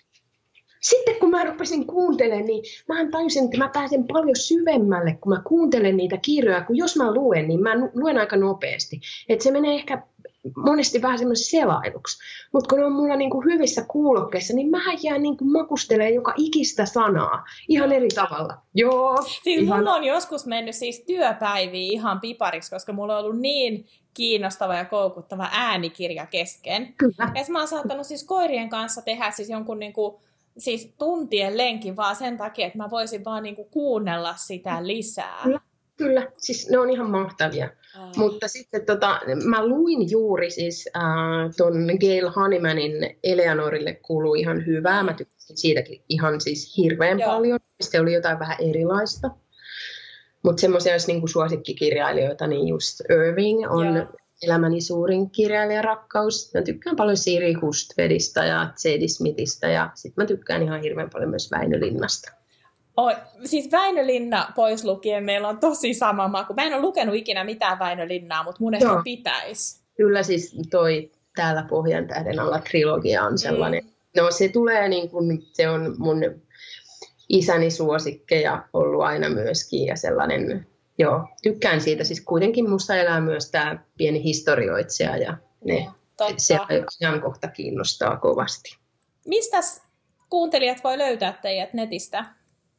Sitten kun mä rupesin kuuntelemaan, niin mä tajusin, että mä pääsen paljon syvemmälle, kun mä kuuntelen niitä kirjoja. Kun jos mä luen, niin mä luen aika nopeasti. Että se menee ehkä monesti vähän semmoisen selailuksi. Mutta kun ne on mulla niinku hyvissä kuulokkeissa, niin mä jään niinku makustelemaan joka ikistä sanaa ihan eri tavalla. Joo. Siis ihan... mulla on joskus mennyt siis työpäiviä ihan pipariksi, koska mulla on ollut niin kiinnostava ja koukuttava äänikirja kesken. Kyllä. Ja mä oon saattanut siis koirien kanssa tehdä siis jonkun niinku, siis tuntien lenkin vaan sen takia, että mä voisin vaan niinku kuunnella sitä lisää. Kyllä. Kyllä, siis ne on ihan mahtavia. Oh. Mutta sitten tota, mä luin juuri siis äh, ton Gail Honeymanin Eleanorille kuuluu ihan hyvää. Mä tykkäsin siitäkin ihan siis hirveän Joo. paljon. Se oli jotain vähän erilaista. Mutta semmoisia, jos niinku suosikkikirjailijoita, niin just Irving on Joo. elämäni suurin kirjailijarakkaus. Mä tykkään paljon Siri Hustvedista ja Zadie Smithistä ja sitten mä tykkään ihan hirveän paljon myös Väinö Linnasta. Oi, siis Väinö Linna pois lukien meillä on tosi sama maku. Mä en ole lukenut ikinä mitään Väinö Linnaa, mutta mun ehkä pitäisi. Kyllä siis toi Täällä Pohjan tähden alla -trilogia on sellainen. Mm. No se tulee niin kuin, se on mun isäni suosikkeja ollut aina myöskin ja sellainen, joo, tykkään siitä. Siis kuitenkin musta elää myös tää pieni historioitsija ja ne, se ajankohta kiinnostaa kovasti. Mistäs kuuntelijat voi löytää teidät netistä?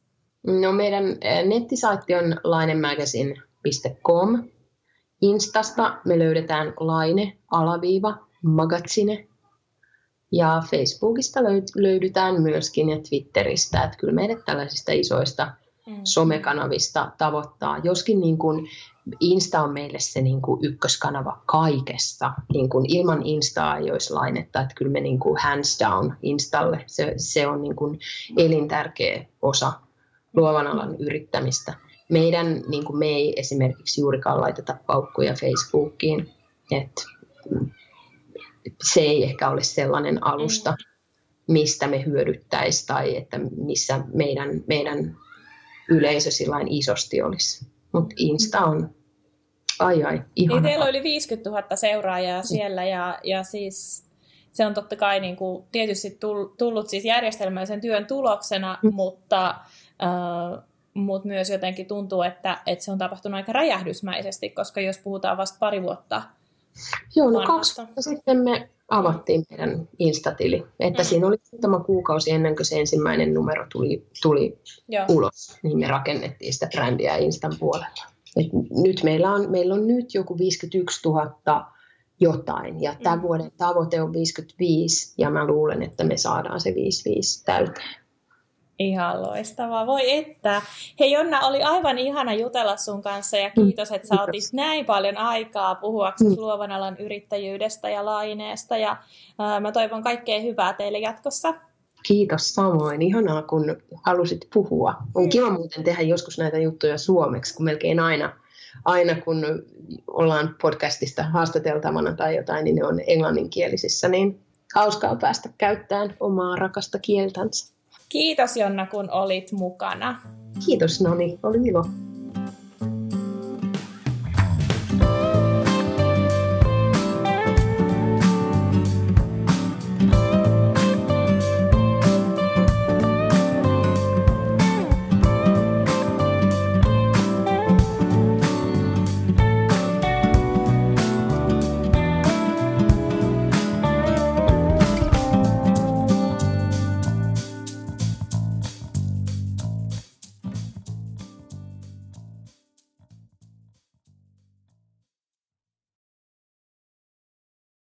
No meidän nettisaitti on lainemagazine piste com. Instasta me löydetään laine alaviiva magazine. Ja Facebookista löydytään myöskin ja Twitteristä, että kyllä meidät tällaisista isoista mm. somekanavista tavoittaa. Joskin niin kuin Insta on meille se niin kuin ykköskanava kaikessa. Niin kuin ilman Instaa ei olisi lainetta, että kyllä me niin kuin hands down Installe. Se, se on niin kuin elintärkeä osa luovan alan yrittämistä. Meidän, niin kuin me ei esimerkiksi juurikaan laiteta paukkuja Facebookiin, että se ei ehkä ole sellainen alusta, mistä me hyödyttäisiin tai että missä meidän, meidän yleisö sillain isosti olisi. Mutta Insta on, ai ai, ihana. Niin teillä on yli viisikymmentätuhatta seuraajaa siellä ja, ja siis se on totta kai niin kuin tietysti tullut siis järjestelmällisen työn tuloksena, mm. mutta, äh, mutta myös jotenkin tuntuu, että, että se on tapahtunut aika räjähdysmäisesti, koska jos puhutaan vasta pari vuotta Joo, no kaksi vuotta sitten me avattiin meidän Insta-tili. Että mm. siinä oli muutama kuukausi ennen kuin se ensimmäinen numero tuli, tuli ulos, niin me rakennettiin sitä brändiä Instan puolella. Et nyt meillä on, meillä on nyt joku viisikymmentäyksituhatta jotain, ja tämän mm. vuoden tavoite on viisikymmentäviisi, ja mä luulen, että me saadaan se viisikymmentäviisi täyteen. Ihan loistavaa. Voi että. Hei Jonna, oli aivan ihana jutella sun kanssa ja kiitos, että sä otit näin paljon aikaa puhuaksesi mm. luovan alan yrittäjyydestä ja laineesta. Ja ää, mä toivon kaikkea hyvää teille jatkossa. Kiitos samoin. Ihanaa, kun halusit puhua. On kiva muuten tehdä joskus näitä juttuja suomeksi, kun melkein aina, aina kun ollaan podcastista haastateltavana tai jotain, niin ne on englanninkielisissä. Niin hauskaa päästä käyttämään omaa rakasta kieltänsä. Kiitos Jonna, kun olit mukana. Kiitos Noni, oli ilo.